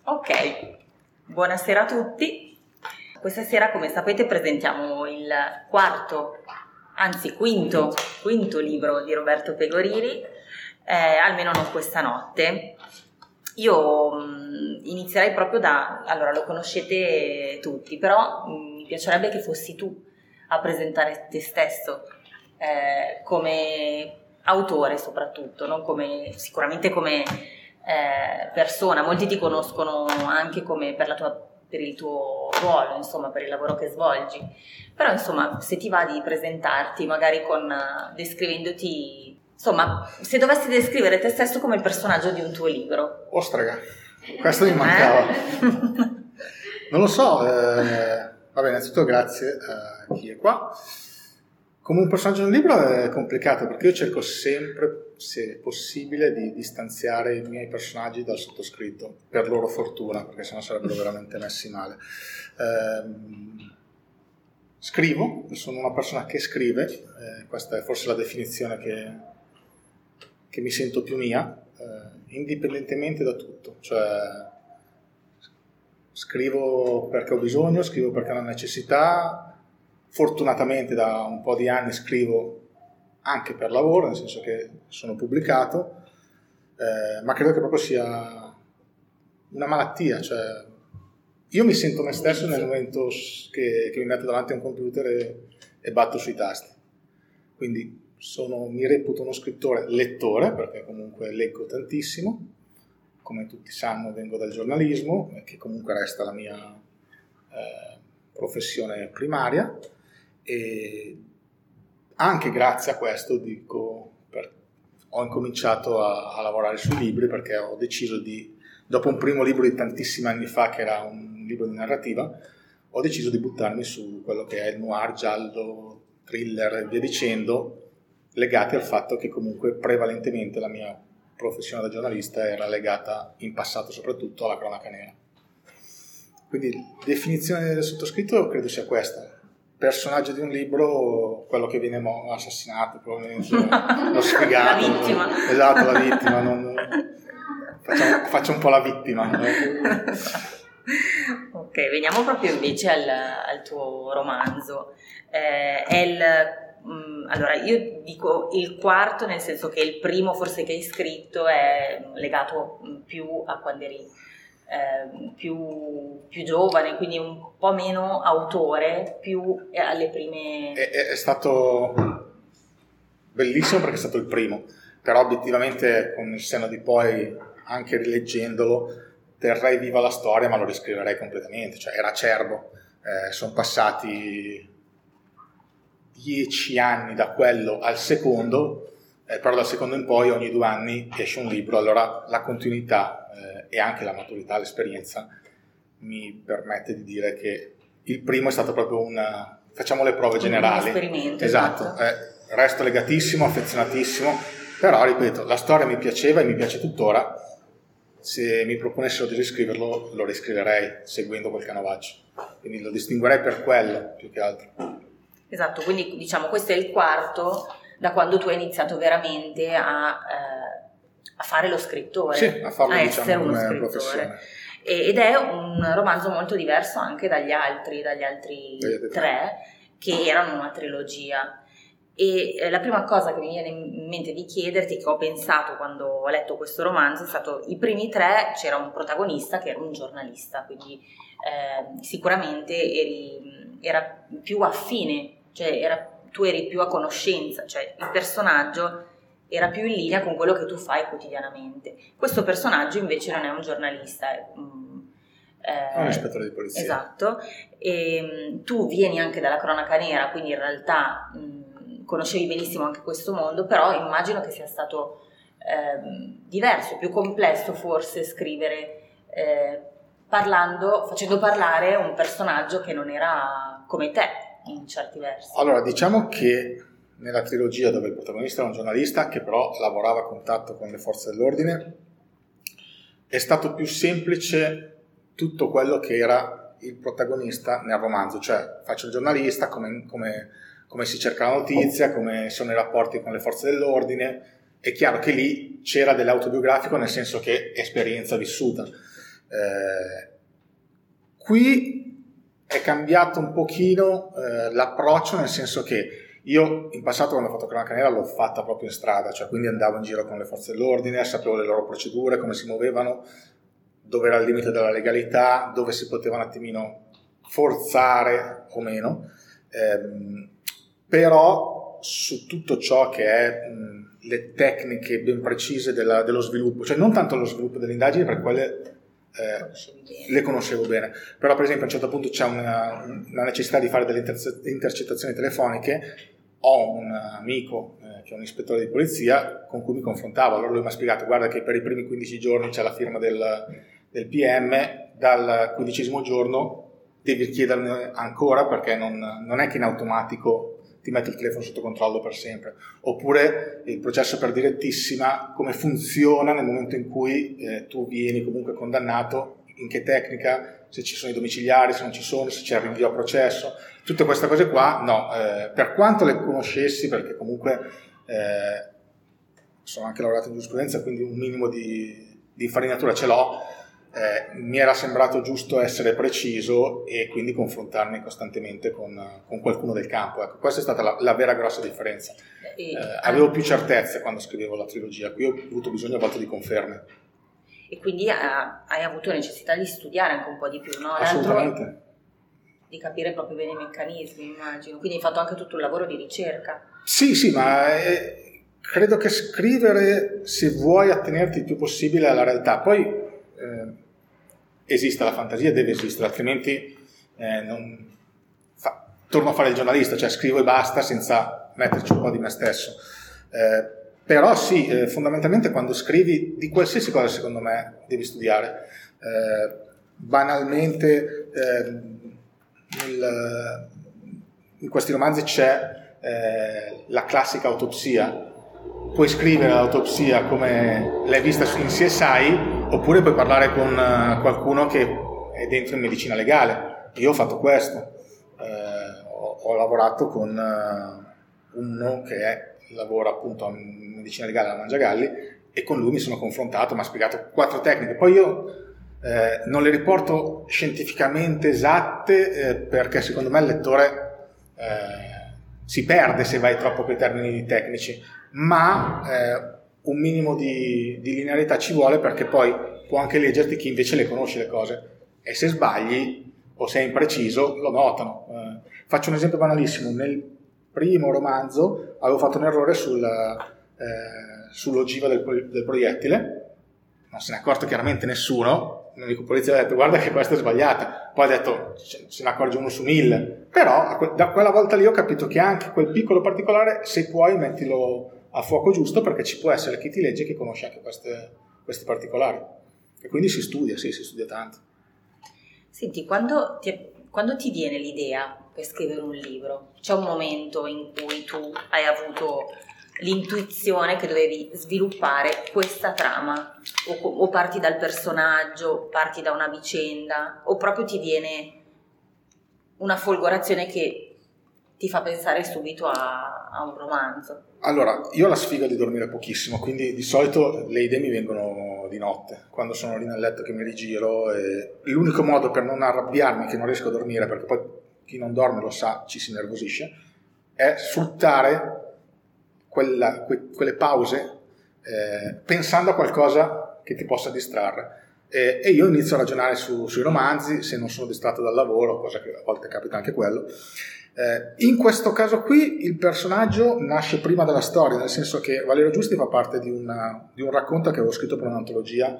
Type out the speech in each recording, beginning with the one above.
Ok, buonasera a tutti. Questa sera, come sapete, presentiamo il quinto libro di Roberto Pegorini, almeno non questa notte. Io inizierei proprio allora lo conoscete tutti, però mi piacerebbe che fossi tu a presentare te stesso come autore soprattutto, non sicuramente come persona. Molti ti conoscono anche come per il tuo ruolo, insomma, per il lavoro che svolgi, però insomma, se ti va di presentarti magari descrivendoti, insomma, se dovessi descrivere te stesso come il personaggio di un tuo libro. Ostraga, questo mi mancava. Non lo so, vabbè, innanzitutto grazie a chi è qua. Come un personaggio di un libro è complicato, perché io cerco sempre, se possibile, di distanziare i miei personaggi dal sottoscritto, per loro fortuna, perché sennò sarebbero veramente messi male. Scrivo, sono una persona che scrive, questa è forse la definizione che mi sento più mia, indipendentemente da tutto, cioè scrivo perché ho bisogno, scrivo perché ho una necessità. Fortunatamente da un po' di anni scrivo anche per lavoro, nel senso che sono pubblicato, ma credo che proprio sia una malattia, cioè io mi sento me stesso nel momento che mi metto davanti a un computer e batto sui tasti. Quindi mi reputo uno scrittore lettore, perché comunque leggo tantissimo, come tutti sanno vengo dal giornalismo, che comunque resta la mia professione primaria, e anche grazie a questo ho incominciato a lavorare sui libri, perché ho deciso dopo un primo libro di tantissimi anni fa, che era un libro di narrativa, ho deciso di buttarmi su quello che è il noir, giallo, thriller e via dicendo, legati al fatto che comunque prevalentemente la mia professione da giornalista era legata, in passato soprattutto, alla cronaca nera. Quindi definizione del sottoscritto credo sia questa: personaggio di un libro, quello che viene assassinato, probabilmente lo sfigato. La vittima. Esatto, la vittima. Faccio un po' la vittima. Ok, veniamo proprio invece al tuo romanzo. Allora, io dico il quarto, nel senso che il primo forse che hai scritto è legato più a quando eri più giovane, quindi un po' meno autore, più alle prime. È stato bellissimo perché è stato il primo, però obiettivamente con il senno di poi, anche rileggendolo, terrei viva la storia, ma lo riscriverei completamente, cioè era acerbo. Sono passati 10 anni da quello al secondo, però dal secondo in poi ogni 2 anni esce un libro, allora la continuità e anche la maturità, l'esperienza mi permette di dire che il primo è stato proprio facciamo le prove generali, un esperimento. Esatto. Resto legatissimo, affezionatissimo, però ripeto, la storia mi piaceva e mi piace tuttora. Se mi proponessero di riscriverlo, lo riscriverei seguendo quel canovaccio, quindi lo distinguerei per quello più che altro. Esatto, quindi diciamo questo è il quarto da quando tu hai iniziato veramente a fare lo scrittore, sì, a farlo, essere diciamo, uno come scrittore. professione. Ed è un romanzo molto diverso anche dagli altri 3 che erano una trilogia. E la prima cosa che mi viene in mente di chiederti, che ho pensato quando ho letto questo romanzo, è stato: i primi 3 c'era un protagonista che era un giornalista, quindi sicuramente era più affine, cioè tu eri più a conoscenza, cioè il personaggio era più in linea con quello che tu fai quotidianamente. Questo personaggio invece non è un giornalista, è un ispettore di polizia. Esatto, e tu vieni anche dalla cronaca nera, quindi in realtà conoscevi benissimo anche questo mondo, però immagino che sia stato diverso, più complesso forse scrivere facendo parlare un personaggio che non era come te in certi versi. Allora, diciamo che nella trilogia, dove il protagonista era un giornalista che però lavorava a contatto con le forze dell'ordine, è stato più semplice tutto quello che era il protagonista nel romanzo, cioè faccio il giornalista, come si cerca la notizia, come sono i rapporti con le forze dell'ordine. È chiaro che lì c'era dell'autobiografico, nel senso che esperienza vissuta. Qui è cambiato un pochino l'approccio, nel senso che io in passato quando ho fatto cronaca nera l'ho fatta proprio in strada, cioè quindi andavo in giro con le forze dell'ordine, sapevo le loro procedure, come si muovevano, dove era il limite della legalità, dove si poteva un attimino forzare o meno, però su tutto ciò che è le tecniche ben precise dello sviluppo, cioè non tanto lo sviluppo delle indagini, perché quelle le conoscevo bene, però per esempio a un certo punto c'è una necessità di fare delle intercettazioni telefoniche. Ho un amico che è un ispettore di polizia con cui mi confrontavo, allora lui mi ha spiegato: guarda che per i primi 15 giorni c'è la firma del PM, dal 15° giorno devi chiederne ancora, perché non è che in automatico ti metti il telefono sotto controllo per sempre. Oppure il processo per direttissima, come funziona nel momento in cui tu vieni comunque condannato, in che tecnica, se ci sono i domiciliari, se non ci sono, se c'è il rinvio a processo, tutte queste cose qua no, per quanto le conoscessi, perché comunque sono anche laureato in giurisprudenza, quindi un minimo di infarinatura ce l'ho. Mi era sembrato giusto essere preciso e quindi confrontarmi costantemente con qualcuno del campo. Ecco, questa è stata la vera grossa differenza. Avevo più certezze quando scrivevo la trilogia, qui ho avuto bisogno a volte di conferme. E quindi hai avuto necessità di studiare anche un po' di più, no? Assolutamente. Di capire proprio bene i meccanismi, immagino. Quindi hai fatto anche tutto il lavoro di ricerca. Sì, ma credo che scrivere, se vuoi attenerti il più possibile alla realtà, poi esiste la fantasia, deve esistere, altrimenti torno a fare il giornalista, cioè scrivo e basta senza metterci un po' di me stesso. Però sì, fondamentalmente quando scrivi di qualsiasi cosa, secondo me devi studiare. Banalmente in questi romanzi c'è la classica autopsia. Puoi scrivere l'autopsia come l'hai vista in CSI, oppure puoi parlare con qualcuno che è dentro in medicina legale. Io ho fatto questo, ho lavorato con uno che lavora appunto in medicina legale alla Mangiagalli, e con lui mi sono confrontato, mi ha spiegato 4 tecniche. Poi io non le riporto scientificamente esatte, perché secondo me il lettore si perde se vai troppo per i termini tecnici, ma un minimo di linearità ci vuole, perché poi può anche leggerti chi invece le conosce le cose, e se sbagli o sei impreciso lo notano. Faccio un esempio banalissimo: nel primo romanzo avevo fatto un errore sull'ogiva del proiettile, non se ne è accorto chiaramente nessuno. Il medico polizia ha detto: guarda che questa è sbagliata. Poi ha detto: se ne accorge uno su 1000. Però da quella volta lì ho capito che anche quel piccolo particolare, se puoi, mettilo a fuoco giusto, perché ci può essere chi ti legge che conosce anche questi particolari. E quindi si studia tanto. Senti, quando ti viene l'idea per scrivere un libro, c'è un momento in cui tu hai avuto l'intuizione che dovevi sviluppare questa trama, o parti dal personaggio, parti da una vicenda, o proprio ti viene una folgorazione che ti fa pensare subito a un romanzo? Allora, io ho la sfiga di dormire pochissimo, quindi di solito le idee mi vengono di notte, quando sono lì nel letto che mi rigiro, e l'unico modo per non arrabbiarmi che non riesco a dormire, perché poi chi non dorme lo sa, ci si innervosisce, è sfruttare quelle pause pensando a qualcosa che ti possa distrarre. E io inizio a ragionare sui romanzi, se non sono distratto dal lavoro, cosa che a volte capita anche quello. In questo caso qui il personaggio nasce prima della storia, nel senso che Valerio Giusti fa parte di un racconto che avevo scritto per un'antologia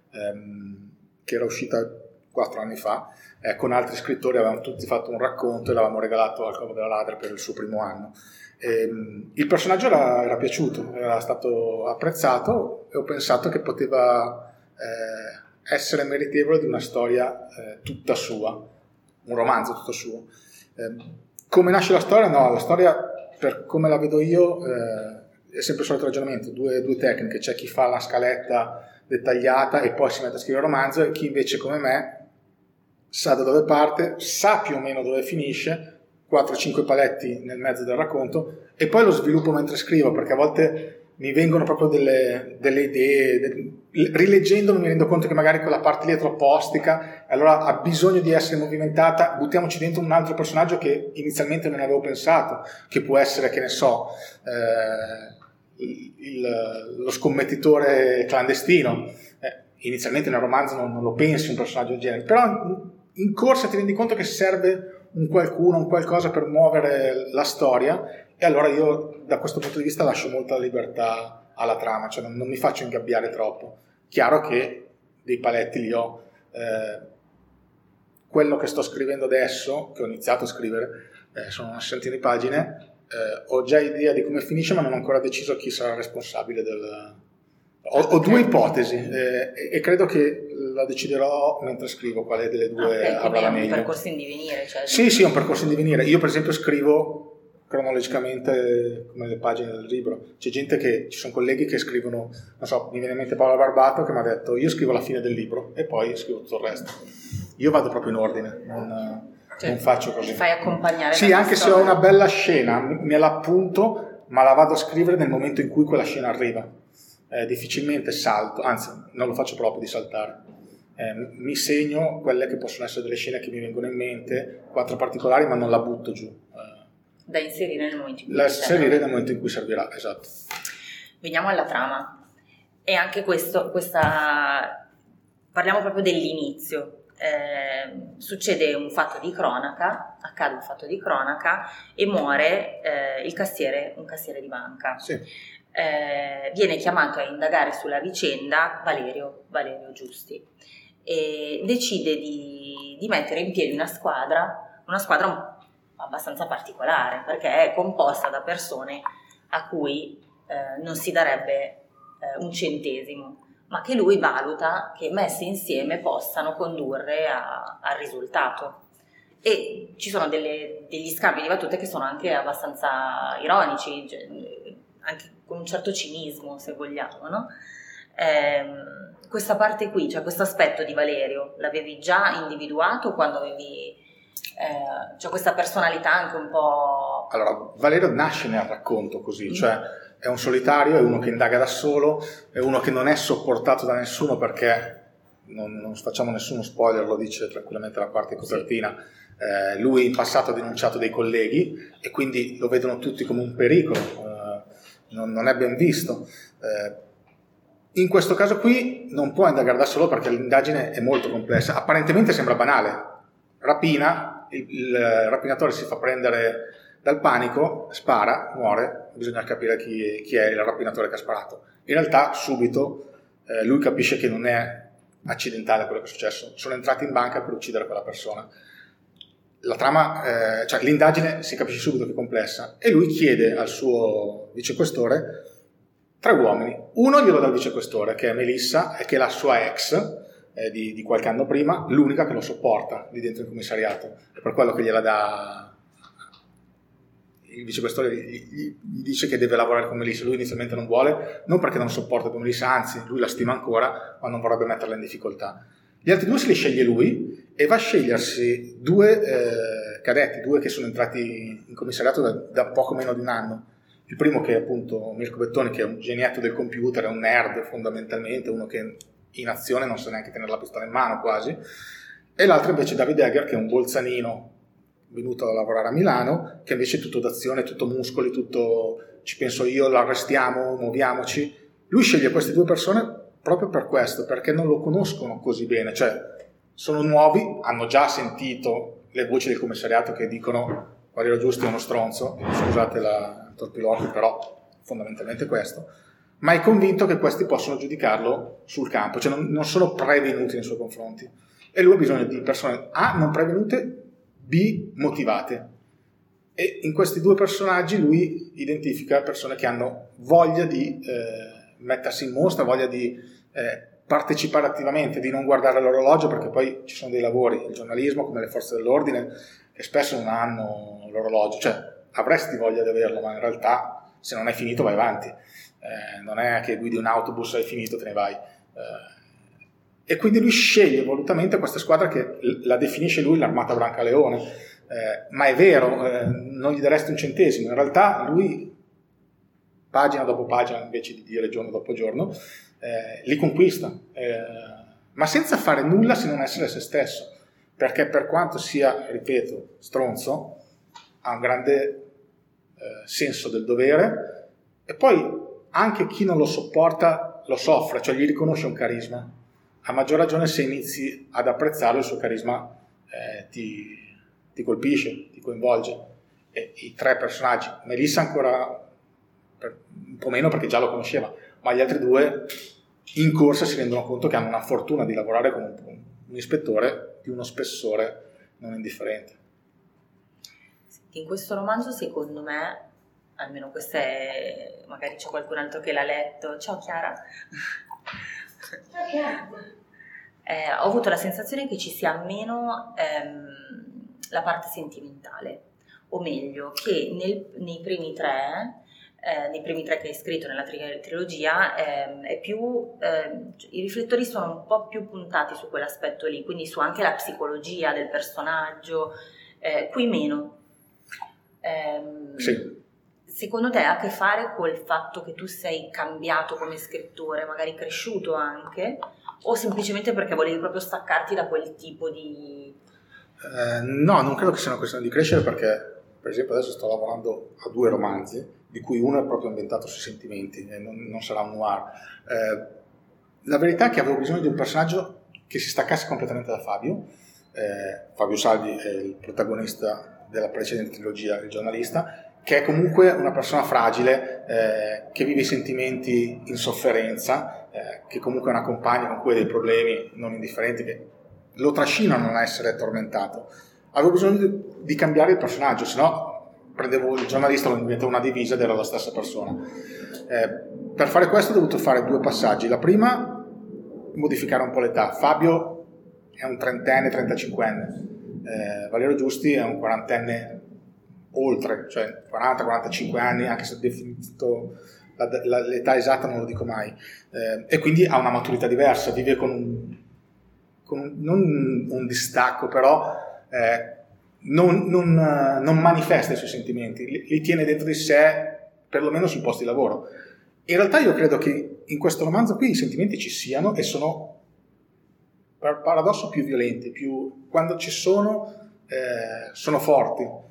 che era uscita 4 anni fa, con altri scrittori avevamo tutti fatto un racconto e l'avevamo regalato al Covo della Ladra per il suo primo anno. Il personaggio era piaciuto, era stato apprezzato, e ho pensato che poteva essere meritevole di una storia tutta sua, un romanzo tutto suo. Come nasce la storia? No, la storia, per come la vedo io, è sempre il solito ragionamento, due tecniche: c'è chi fa la scaletta dettagliata e poi si mette a scrivere il romanzo, e chi invece come me sa da dove parte, sa più o meno dove finisce, 4-5 paletti nel mezzo del racconto, e poi lo sviluppo mentre scrivo, perché a volte mi vengono proprio delle idee, rileggendolo mi rendo conto che magari quella parte lì è troppo ostica, allora ha bisogno di essere movimentata, buttiamoci dentro un altro personaggio che inizialmente non avevo pensato, che può essere, che ne so, lo scommettitore clandestino. Inizialmente nel romanzo non lo pensi un personaggio del genere, però in corsa ti rendi conto che serve un qualcuno, un qualcosa per muovere la storia, e allora io da questo punto di vista lascio molta libertà alla trama, cioè non mi faccio ingabbiare troppo. Chiaro che dei paletti li ho. Quello che sto scrivendo adesso, che ho iniziato a scrivere, sono una sessantina di pagine, ho già idea di come finisce, ma non ho ancora deciso chi sarà responsabile ho due ipotesi e credo che la deciderò mentre scrivo quale delle due avrà la meglio. È un percorso in divenire, cioè... Sì, è un percorso in divenire. Io per esempio scrivo cronologicamente come le pagine del libro. Ci sono colleghi che scrivono, non so, mi viene in mente Paola Barbato che mi ha detto io scrivo la fine del libro e poi scrivo tutto il resto. Io vado proprio in ordine, non faccio così. Ti fai accompagnare. Sì, anche se ho una bella scena, me la appunto, ma la vado a scrivere nel momento in cui quella scena arriva. Difficilmente salto, anzi non lo faccio proprio di saltare. Mi segno quelle che possono essere delle scene che mi vengono in mente, 4 particolari, ma non la butto giù. Da inserire nel momento in cui inserire nel momento in cui servirà, esatto. Veniamo alla trama. E anche parliamo proprio dell'inizio. Succede un fatto di cronaca, accade un fatto di cronaca e muore un cassiere di banca. Sì. Viene chiamato a indagare sulla vicenda Valerio Giusti e decide di mettere in piedi una squadra abbastanza particolare, perché è composta da persone a cui non si darebbe un centesimo, ma che lui valuta che messe insieme possano condurre al risultato. E ci sono degli scambi di battute che sono anche abbastanza ironici, anche con un certo cinismo, se vogliamo, no? Questa parte qui, cioè questo aspetto di Valerio, l'avevi già individuato quando avevi cioè questa personalità anche un po'... Allora, Valerio nasce nel racconto così, cioè è un solitario, è uno che indaga da solo, è uno che non è sopportato da nessuno perché, non facciamo nessuno spoiler, lo dice tranquillamente la parte copertina, sì. Lui in passato ha denunciato dei colleghi e quindi lo vedono tutti come un pericolo, non è ben visto. In questo caso qui non può indagare da solo perché l'indagine è molto complessa, apparentemente sembra banale, rapina, il rapinatore si fa prendere dal panico, spara, muore, bisogna capire chi è il rapinatore che ha sparato. In realtà subito lui capisce che non è accidentale quello che è successo, sono entrati in banca per uccidere quella persona. La trama, cioè l'indagine si capisce subito che è complessa e lui chiede al suo vicequestore 3 uomini. Uno glielo dà il vicequestore, che è Melissa, e che è la sua ex di qualche anno prima, l'unica che lo sopporta lì dentro il commissariato. È per quello che gliela dà il vicequestore, gli dice che deve lavorare con Melissa. Lui inizialmente non vuole, non perché non sopporta con Melissa, anzi lui la stima ancora, ma non vorrebbe metterla in difficoltà. Gli altri 2 se li sceglie lui e va a scegliersi 2 cadetti, 2 che sono entrati in commissariato da poco meno di un anno. Il primo che è appunto Mirko Bettoni, che è un genietto del computer, è un nerd fondamentalmente, uno che in azione non sa neanche tenere la pistola in mano quasi, e l'altro invece David Egger, che è un bolzanino venuto a lavorare a Milano, che invece è tutto d'azione, tutto muscoli, tutto ci penso io, l'arrestiamo, muoviamoci. Lui sceglie queste 2 persone proprio per questo, perché non lo conoscono così bene, cioè sono nuovi, hanno già sentito le voci del commissariato che dicono Valerio Giusti è uno stronzo, scusate il torpiloquio, però fondamentalmente questo, ma è convinto che questi possono giudicarlo sul campo, cioè non sono prevenuti nei suoi confronti, e lui ha bisogno di persone A, non prevenute, B, motivate, e in questi 2 personaggi lui identifica persone che hanno voglia di mettersi in mostra, voglia di partecipare attivamente, di non guardare l'orologio, perché poi ci sono dei lavori, il giornalismo come le forze dell'ordine, che spesso non hanno l'orologio, cioè avresti voglia di averlo, ma in realtà se non hai finito vai avanti, non è che guidi un autobus, hai finito, te ne vai. E quindi lui sceglie volutamente questa squadra che la definisce lui l'Armata Brancaleone, ma è vero, non gli daresti un centesimo, in realtà lui pagina dopo pagina invece di dire giorno dopo giorno, li conquista, ma senza fare nulla se non essere se stesso, perché per quanto sia, ripeto, stronzo, ha un grande senso del dovere, e poi anche chi non lo sopporta lo soffre, cioè gli riconosce un carisma. A maggior ragione se inizi ad apprezzarlo, il suo carisma ti colpisce, ti coinvolge. E i 3 personaggi, Melissa ancora un po' meno perché già lo conosceva, ma gli altri 2 in corsa si rendono conto che hanno una fortuna di lavorare con un ispettore di uno spessore non indifferente. In questo romanzo, secondo me, almeno questo è, magari c'è qualcun altro che l'ha letto. Ciao Chiara. Ciao Chiara. Ho avuto la sensazione che ci sia meno la parte sentimentale, o meglio, che nei primi tre che hai scritto nella trilogia, è più, i riflettori sono un po' più puntati su quell'aspetto lì, quindi su anche la psicologia del personaggio, qui meno. Sì. Secondo te ha a che fare col fatto che tu sei cambiato come scrittore, magari cresciuto anche, o semplicemente perché volevi proprio staccarti da quel tipo di... No, non credo che sia una questione di crescere, perché per esempio adesso sto lavorando a 2 romanzi, di cui uno è proprio ambientato sui sentimenti, e non sarà un noir. La verità è che avevo bisogno di un personaggio che si staccasse completamente da Fabio. Fabio Salvi è il protagonista della precedente trilogia, il giornalista, che è comunque una persona fragile, che vive i sentimenti in sofferenza, che comunque è una compagna con cui ha dei problemi non indifferenti che lo trascinano a non essere tormentato. Avevo bisogno di cambiare il personaggio, se no prendevo il giornalista, lo diventavo una divisa ed era la stessa persona. Per fare questo ho dovuto fare 2 passaggi. La prima, modificare un po' l'età. Fabio è un 30enne, 35enne, Valerio Giusti è un 40enne oltre, cioè 40-45 anni, anche se definito l'età esatta non lo dico mai, e quindi ha una maturità diversa, vive con non un distacco, però non manifesta i suoi sentimenti, li tiene dentro di sé, perlomeno sul posto di lavoro. In realtà io credo che in questo romanzo qui i sentimenti ci siano, e sono, per paradosso, più violenti, quando ci sono forti.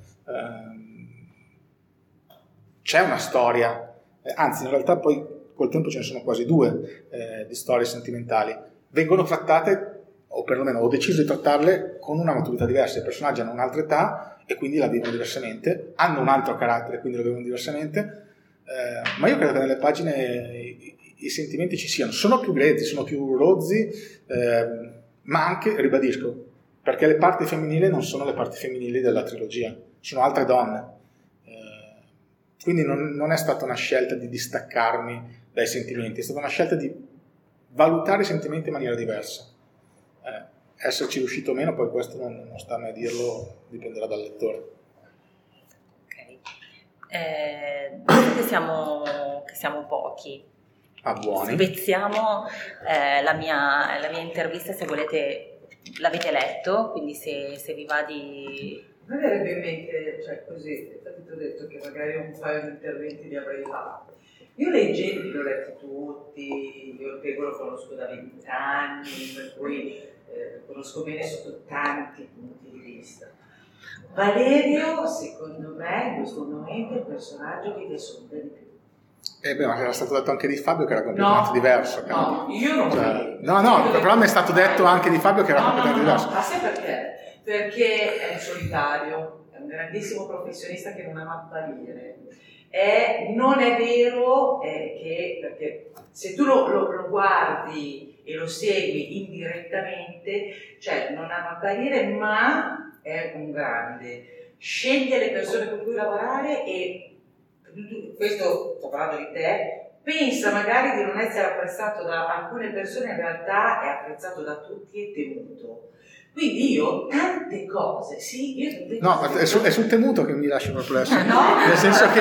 C'è una storia, anzi in realtà poi col tempo ce ne sono quasi 2 di storie sentimentali, vengono trattate, o perlomeno ho deciso di trattarle con una maturità diversa. I personaggi hanno un'altra età e quindi la vivono diversamente, hanno un altro carattere e quindi la vivono diversamente, ma io credo che nelle pagine i sentimenti ci siano, sono più grezzi, sono più rozzi, ma anche, ribadisco, perché le parti femminili non sono le parti femminili della trilogia, sono altre donne. Quindi non è stata una scelta di distaccarmi dai sentimenti, è stata una scelta di valutare i sentimenti in maniera diversa. Esserci riuscito o meno, poi questo non sta a me a dirlo, dipenderà dal lettore. Visto che siamo pochi, buoni. spezziamo la mia intervista, se volete, l'avete letto, quindi se vi va di... Mi verrebbe in mente, cioè così, infatti ti ho detto che magari un paio di interventi li avrei fatto. Io leggevo, li ho letti tutti, io Ortega lo conosco da 20 anni, per cui conosco bene sotto tanti punti di vista. Valerio, secondo me, in questo momento è il personaggio che ti assorbe di più. Ma era stato detto anche di Fabio che era completamente diverso. No, io non però mi è stato detto anche di Fabio che era completamente diverso. Ma sai perché? Perché è un solitario, è un grandissimo professionista che non ama apparire. Non è vero perché se tu lo guardi e lo segui indirettamente, cioè non ama apparire, ma è un grande. Sceglie le persone con cui lavorare e, questo sto parlando di te, pensa magari di non essere apprezzato da alcune persone, in realtà è apprezzato da tutti e temuto. Quindi io tante cose, è sul temuto che mi lascio perplesso. Nel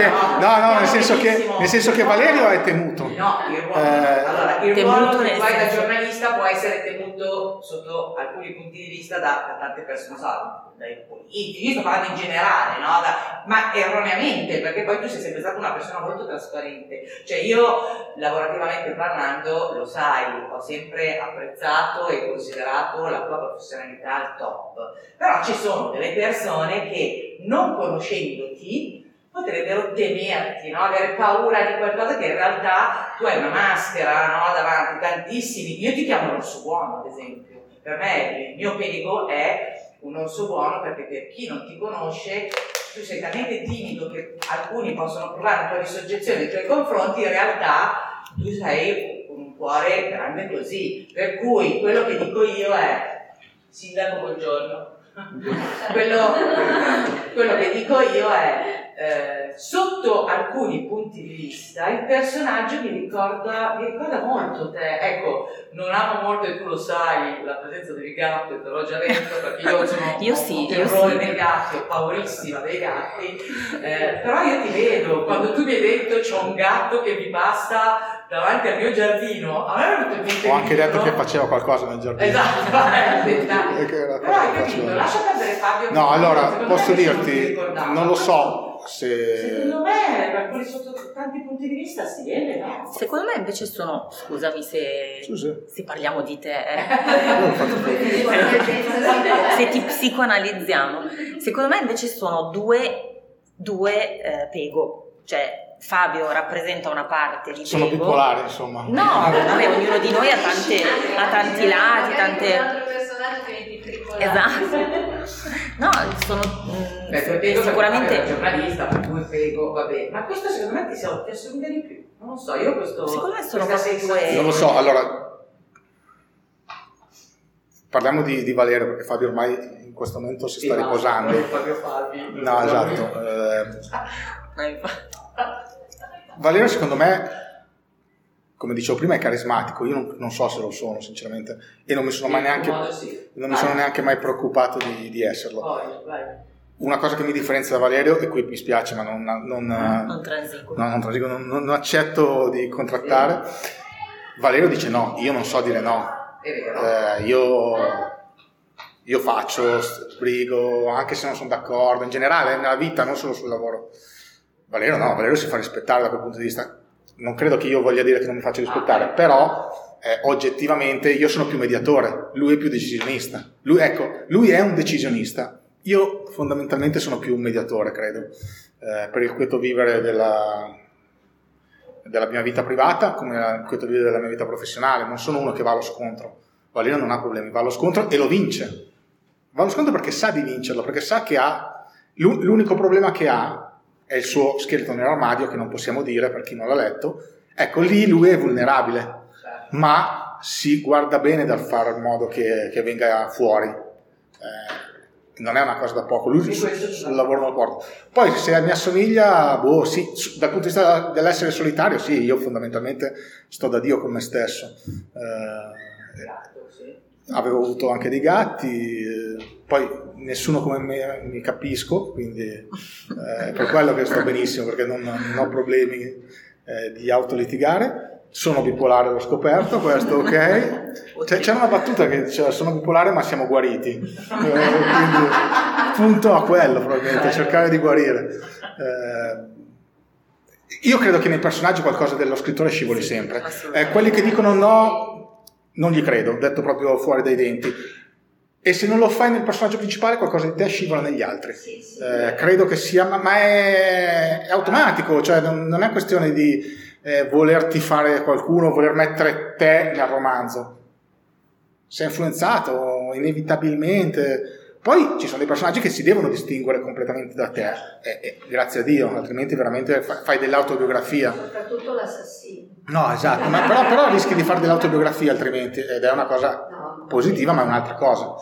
senso che Valerio è temuto. No, il ruolo, il ruolo che fai da giornalista può essere temuto ricevuto sotto alcuni punti di vista da tante persone, dai politici, io sto parlando in generale, no? Ma erroneamente, perché poi tu sei sempre stata una persona molto trasparente. Cioè io, lavorativamente parlando, lo sai, ho sempre apprezzato e considerato la tua professionalità al top. Però ci sono delle persone che, non conoscendoti, potrebbero temerti, no? Avere paura di qualcosa che in realtà tu hai una maschera, no? Davanti, tantissimi. Io ti chiamo l'orso buono, ad esempio. Per me il mio pedigo è un orso buono, perché per chi non ti conosce tu sei talmente timido che alcuni possono provare un po' di soggezione nei tuoi confronti, in realtà tu sei con un cuore grande così. Per cui quello che dico io è: sindaco, buongiorno. quello che dico io è sotto alcuni punti di vista il personaggio mi ricorda molto te. Ecco, non amo molto, e tu lo sai, la presenza dei gatti, te l'ho già detto, perché io sono un terrore dei gatti, ho paurissima dei gatti, però io ti vedo, quando tu mi hai detto c'ho un gatto che mi passa davanti al mio giardino, a me è venuto in mente. Ho anche detto che faceva qualcosa nel giardino. Esatto, però hai capito, lascia perdere Fabio. No, allora, posso dirti, non lo so se... Secondo me, sotto tanti punti di vista si vede, no? Secondo me invece sono, scusami se parliamo di te, se ti psicoanalizziamo, secondo me invece sono due Pego, cioè Fabio rappresenta una parte di Pego. Sono bipolari, insomma. No, vabbè, ognuno di noi ha tanti lati, tante... Esatto. No, sono sicuramente giornalista, per cui Pego, vabbè. Ma questo secondo me ti assomiglia di più. Non lo so, io questo. Secondo me sono due. Non lo so, allora parliamo di Valerio, perché Fabio ormai in questo momento si sta riposando. No, esatto. Valerio secondo me, come dicevo prima, è carismatico. Io non so se lo sono, sinceramente, e non mi sono mai neanche mai preoccupato di esserlo. Una cosa che mi differenzia da Valerio, e qui mi spiace, ma non transigo, non accetto di contrattare. Valerio dice no, io non so dire no. Io faccio, sbrigo, anche se non sono d'accordo, in generale nella vita, non solo sul lavoro. Valerio no, Valerio si fa rispettare da quel punto di vista. Non credo che io voglia dire che non mi faccia rispettare, però oggettivamente io sono più mediatore, lui è più decisionista. Lui è un decisionista. Io fondamentalmente sono più un mediatore, credo, per il quieto vivere della mia vita privata come il quieto vivere della mia vita professionale. Non sono uno che va allo scontro. Valerio non ha problemi, va allo scontro e lo vince. Va allo scontro perché sa di vincerlo, perché sa che ha... L'unico problema che ha è il suo scheletro nell'armadio, che non possiamo dire per chi non l'ha letto. Ecco, lì lui è vulnerabile, ma si guarda bene dal fare in modo che venga fuori. Non è una cosa da poco, lui sul lavoro non lo porta. Poi se mi assomiglia, sì, dal punto di vista dell'essere solitario, sì, io fondamentalmente sto da Dio con me stesso. Avevo avuto anche dei gatti, poi nessuno come me mi capisco, quindi per quello che sto benissimo, perché non ho problemi di autolitigare. Sono bipolare, l'ho scoperto, questo ok. C'è una battuta che dice sono bipolare ma siamo guariti, quindi punto a quello, probabilmente cercare di guarire. Io credo che nei personaggi qualcosa dello scrittore scivoli sempre. Quelli che dicono no, non gli credo, detto proprio fuori dai denti. E se non lo fai nel personaggio principale, qualcosa di te scivola negli altri. Credo che sia, ma è automatico, cioè non è questione di volerti fare qualcuno, voler mettere te nel romanzo. Sei influenzato inevitabilmente. Poi ci sono dei personaggi che si devono distinguere completamente da te, grazie a Dio, altrimenti veramente fai dell'autobiografia. Soprattutto l'assassino. No, esatto, ma però rischi di fare dell'autobiografia altrimenti, ed è una cosa positiva, ma è un'altra cosa.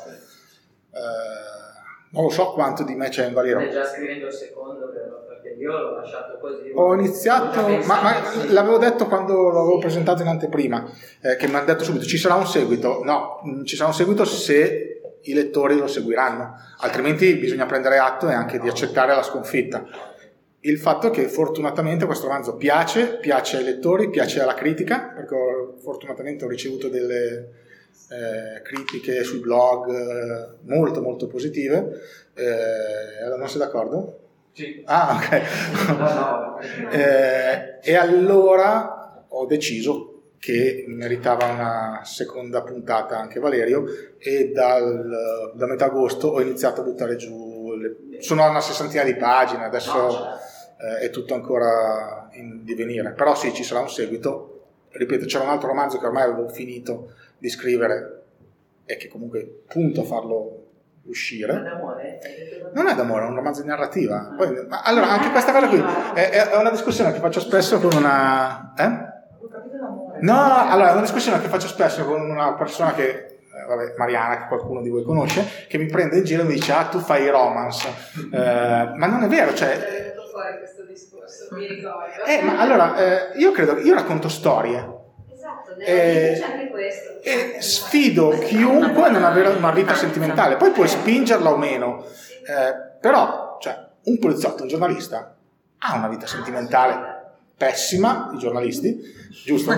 Non lo so quanto di me c'è in Valerio. Stai già scrivendo il secondo, perché io l'ho lasciato così. Ho iniziato, ma l'avevo detto quando l'avevo presentato in anteprima, che mi hanno detto subito ci sarà un seguito. No, ci sarà un seguito se i lettori lo seguiranno, altrimenti bisogna prendere atto e anche di accettare la sconfitta. Il fatto è che fortunatamente questo romanzo piace ai lettori, piace alla critica, perché fortunatamente ho ricevuto delle critiche sui blog molto molto positive. Non sei d'accordo? Sì. Ah, ok. E allora ho deciso che meritava una seconda puntata anche Valerio, e da metà agosto ho iniziato a buttare giù sono a una 60ina di pagine, adesso è tutto ancora in divenire, però sì, ci sarà un seguito. Ripeto, c'era un altro romanzo che ormai avevo finito di scrivere e che comunque punto a farlo uscire. Non è d'amore, è un romanzo di narrativa. Poi, allora, anche questa cosa qui è una discussione che faccio spesso con una... No, allora, è una discussione che faccio spesso con una persona che, Mariana, che qualcuno di voi conosce, che mi prende in giro e mi dice: ah, tu fai romance. Ma non è vero, cioè... fuori questo discorso, mi ricordo. Ma allora, io racconto storie. Esatto, c'è anche questo. E sfido chiunque a non avere una vita sentimentale, poi puoi spingerla o meno, però, cioè, un poliziotto, un giornalista ha una vita sentimentale pessima, i giornalisti, giusto?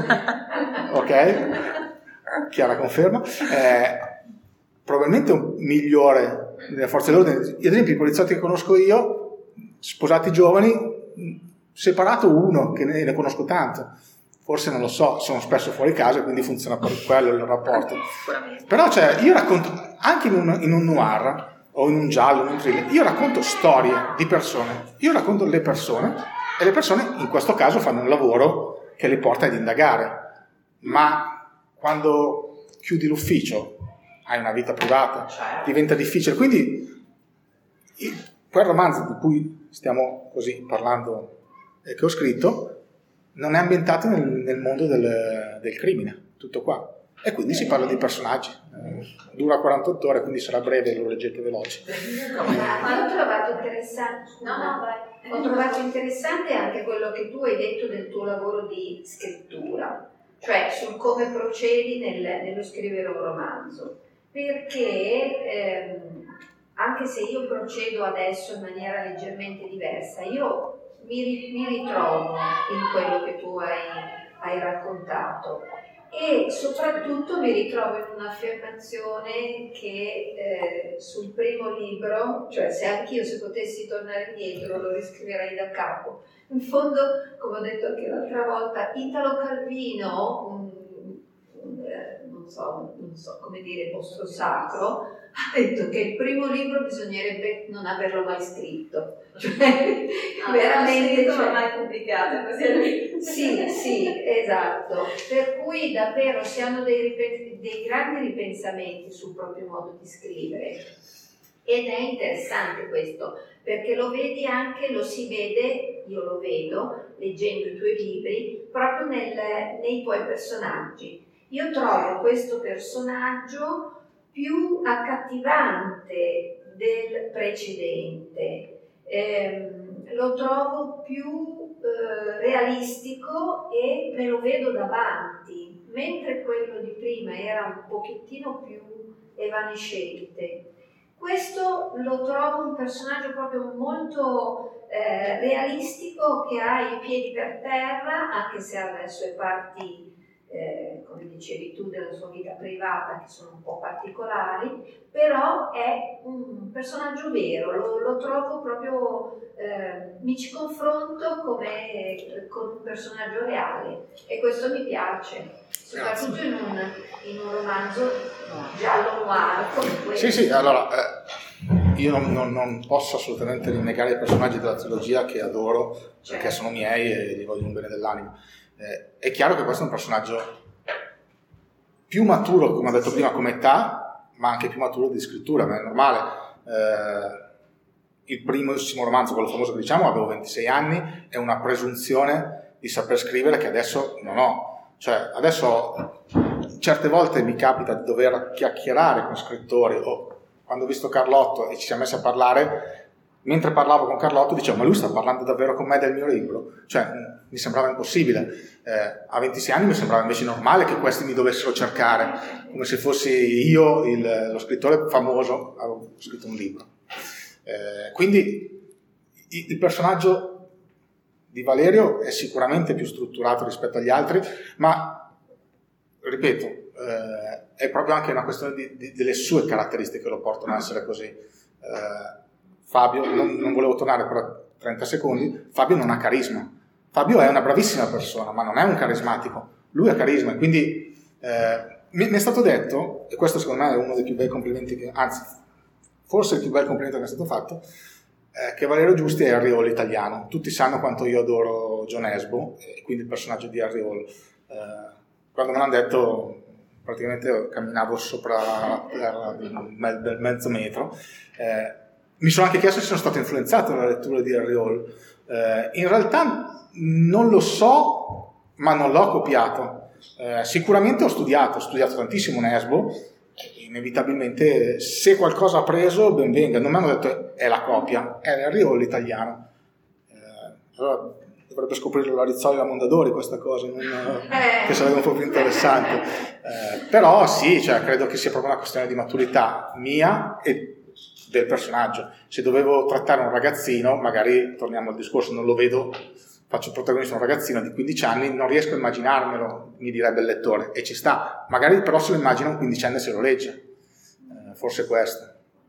Ok? Chiara conferma. Probabilmente un migliore delle forze dell'ordine. Ad esempio, i poliziotti che conosco io, sposati giovani, separato uno, che ne conosco tanto. Forse non lo so, sono spesso fuori casa, quindi funziona per quello il rapporto. Però, cioè, io racconto, anche in un noir, o in un giallo, in un thriller, io racconto storie di persone. Io racconto le persone, e le persone in questo caso fanno un lavoro che le porta ad indagare. Ma quando chiudi l'ufficio, hai una vita privata, diventa difficile. Quindi quel romanzo di cui stiamo così parlando e che ho scritto non è ambientato nel mondo del crimine, tutto qua. E quindi si parla di personaggi. Dura 48 ore, quindi sarà breve, lo leggete veloce. Ma ho trovato interessante. Ho trovato interessante anche quello che tu hai detto del tuo lavoro di scrittura, cioè sul come procedi nello scrivere un romanzo, perché anche se io procedo adesso in maniera leggermente diversa, io mi ritrovo in quello che tu hai raccontato, e soprattutto mi ritrovo in un'affermazione che sul primo libro, cioè se potessi tornare indietro lo riscriverei da capo. In fondo, come ho detto anche l'altra volta, Italo Calvino, non so come dire, mostro sacro, ha detto che il primo libro bisognerebbe non averlo mai scritto, cioè veramente non l'ho mai pubblicato, così. sì, esatto, per cui davvero si hanno dei grandi ripensamenti sul proprio modo di scrivere, ed è interessante questo, perché lo vedi anche, lo si vede, io lo vedo leggendo i tuoi libri, proprio nei tuoi personaggi. Io trovo questo personaggio più accattivante del precedente, lo trovo più realistico e me lo vedo davanti, mentre quello di prima era un pochettino più evanescente. Questo lo trovo un personaggio proprio molto realistico, che ha i piedi per terra, anche se ha le sue parti, come dicevi tu, della sua vita privata, che sono un po' particolari, però è un personaggio vero, lo trovo proprio, mi ci confronto come con un personaggio reale, e questo mi piace, soprattutto in un romanzo giallo noir come questo. Sì, allora io non posso assolutamente rinnegare i personaggi della trilogia, che adoro, perché sono miei e li voglio un bene dell'anima. È chiaro che questo è un personaggio più maturo, come ho detto prima, come età, ma anche più maturo di scrittura, ma è normale. Il primissimo romanzo, quello famoso che diciamo, avevo 26 anni, è una presunzione di saper scrivere che adesso non ho. Cioè, adesso certe volte mi capita di dover chiacchierare con scrittori, o quando ho visto Carlotto e ci siamo messi a parlare, mentre parlavo con Carlotto dicevo: ma lui sta parlando davvero con me del mio libro? Cioè, mi sembrava impossibile. A 26 anni mi sembrava invece normale che questi mi dovessero cercare, come se fossi io lo scrittore famoso, avevo scritto un libro. Quindi il personaggio di Valerio è sicuramente più strutturato rispetto agli altri, ma ripeto, è proprio anche una questione delle sue caratteristiche che lo portano a essere così. Fabio, non volevo tornare per 30 secondi, Fabio non ha carisma. Fabio è una bravissima persona, ma non è un carismatico. Lui ha carisma, quindi mi è stato detto, e questo secondo me è uno dei più bei complimenti, anzi, forse il più bel complimento che è stato fatto, che Valerio Giusti è Arriol italiano. Tutti sanno quanto io adoro John Esbo, e quindi il personaggio di Arriol. Quando me l'hanno detto, praticamente camminavo sopra del mezzo metro. Mi sono anche chiesto se sono stato influenzato dalla lettura di Arriol. In realtà non lo so, ma non l'ho copiato. Sicuramente ho studiato tantissimo Nesbo, inevitabilmente se qualcosa ha preso ben venga. Non mi hanno detto è la copia, è Arriol italiano. Allora dovrebbe scoprirlo la Rizzoli e la Mondadori questa cosa, che sarebbe un po' più interessante. Però sì, cioè, credo che sia proprio una questione di maturità mia e del personaggio. Se dovevo trattare un ragazzino, magari torniamo al discorso, non lo vedo, faccio il protagonista un ragazzino di 15 anni, non riesco a immaginarmelo, mi direbbe il lettore, e ci sta. Magari però se lo immagina un quindicenne se lo legge. Forse questo.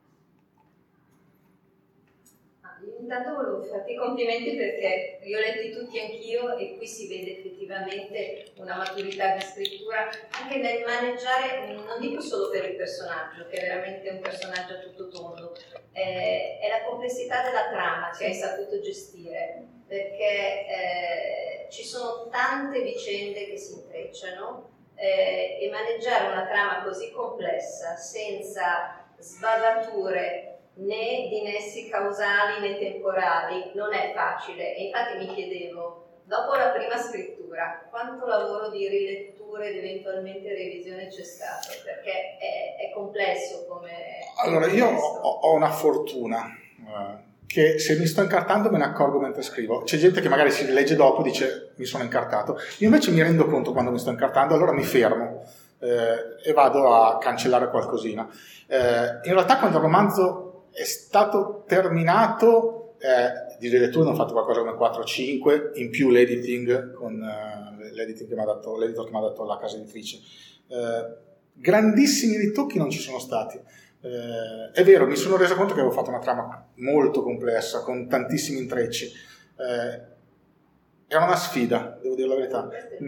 Intanto volevo farti i complimenti perché li ho letti tutti anch'io e qui si vede effettivamente una maturità di scrittura anche nel maneggiare, non dico solo per il personaggio, che è veramente un personaggio a tutto tondo, è la complessità della trama che hai saputo gestire, perché ci sono tante vicende che si intrecciano e maneggiare una trama così complessa senza sbavature né di nessi causali né temporali non è facile. E infatti mi chiedevo, dopo la prima scrittura, quanto lavoro di rilettura ed eventualmente revisione c'è stato? Perché è complesso come... Allora, io ho una fortuna, che se mi sto incartando me ne accorgo mentre scrivo. C'è gente che magari si rilegge dopo e dice mi sono incartato. Io invece mi rendo conto quando mi sto incartando, allora mi fermo e vado a cancellare qualcosina. In realtà quando il romanzo è stato terminato, di rilettura ne ho fatto qualcosa come 4-5, in più l'editing con l'editing che l'editor che mi ha dato la casa editrice. Grandissimi ritocchi non ci sono stati. È vero, mi sono reso conto che avevo fatto una trama molto complessa, con tantissimi intrecci. Era una sfida, devo dire la verità.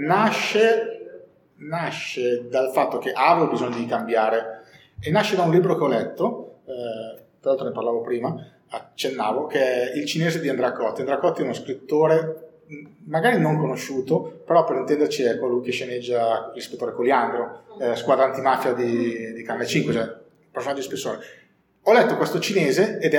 Nasce dal fatto che avevo bisogno di cambiare, e nasce da un libro che ho letto, tra l'altro ne parlavo prima, accennavo, che è Il cinese di Andrea Cotti. Andrea Cotti è uno scrittore magari non conosciuto, però per intenderci è colui che sceneggia l'ispettore Coliandro, Squadra antimafia di Canale 5, cioè personaggio di spessore. Ho letto questo cinese ed è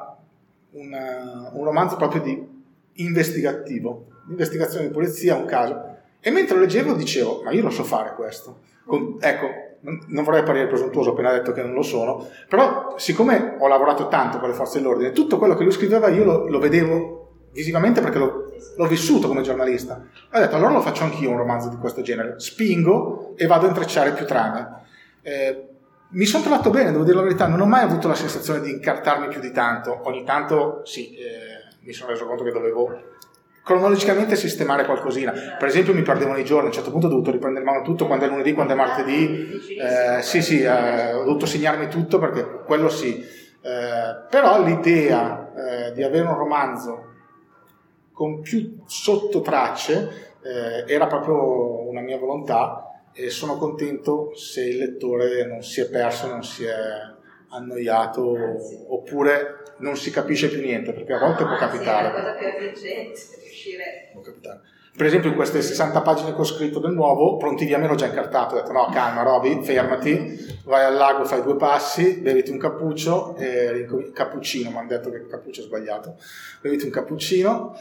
un romanzo proprio di investigativo, investigazione di polizia, un caso, e mentre lo leggevo dicevo ma io lo so fare questo. Ecco, non vorrei apparire presuntuoso appena detto che non lo sono, però siccome ho lavorato tanto con le forze dell'ordine, tutto quello che lui scriveva io lo vedevo visivamente perché l'ho vissuto come giornalista. Ho detto allora lo faccio anch'io un romanzo di questo genere, spingo e vado a intrecciare più trame. Mi sono trovato bene, devo dire la verità, non ho mai avuto la sensazione di incartarmi più di tanto. Ogni tanto sì, mi sono reso conto che dovevo cronologicamente sistemare qualcosina. Per esempio mi perdevano i giorni, a un certo punto ho dovuto riprendere in mano tutto, quando è lunedì, quando è martedì, ho dovuto segnarmi tutto perché quello sì. Però l'idea di avere un romanzo con più sottotracce era proprio una mia volontà, e sono contento se il lettore non si è perso, non si è annoiato, oppure non si capisce più niente, perché a volte può capitare. È la cosa più avvincente, riuscire. Può capitare. Per esempio in queste 60 pagine che ho scritto del nuovo, Pronti via me l'ho già incartato, ho detto no, calma Roby, fermati, vai al lago, fai 2 passi, beviti un cappuccio, cappuccino, mi hanno detto che il cappuccio è sbagliato, beviti un cappuccino,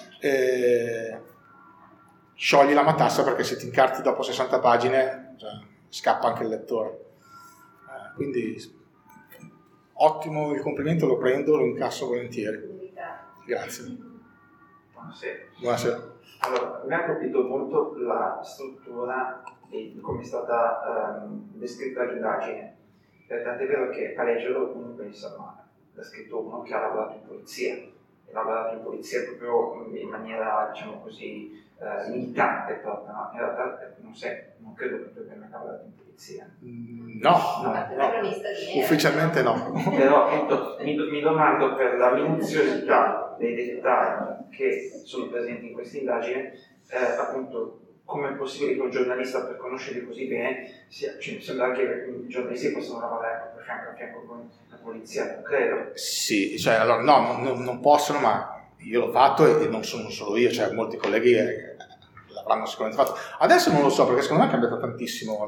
sciogli la matassa, perché se ti incarti dopo 60 pagine scappa anche il lettore. Quindi ottimo il complimento, lo prendo, lo incasso volentieri. Grazie. Buonasera. Allora, mi ha colpito molto la struttura e come è stata descritta l'indagine. Tant'è vero che Pareggio uno pensa, ma l'ha scritto uno che ha lavorato in polizia, proprio in maniera, diciamo così, militante proprio, no? In realtà non credo che tu abbia mai lavorato in polizia. No. Ufficialmente no. Però mi domando, per la minuziosità dei dettagli che sono presenti in questa indagine, appunto, come è possibile che un giornalista, per conoscerli così bene, mi sembra che i giornalisti possano lavorare fianco a fianco con la polizia, non credo. Sì, cioè, allora, no, non possono, ma io l'ho fatto e non sono solo io, cioè molti colleghi l'avranno sicuramente fatto. Adesso non lo so, perché secondo me è cambiato tantissimo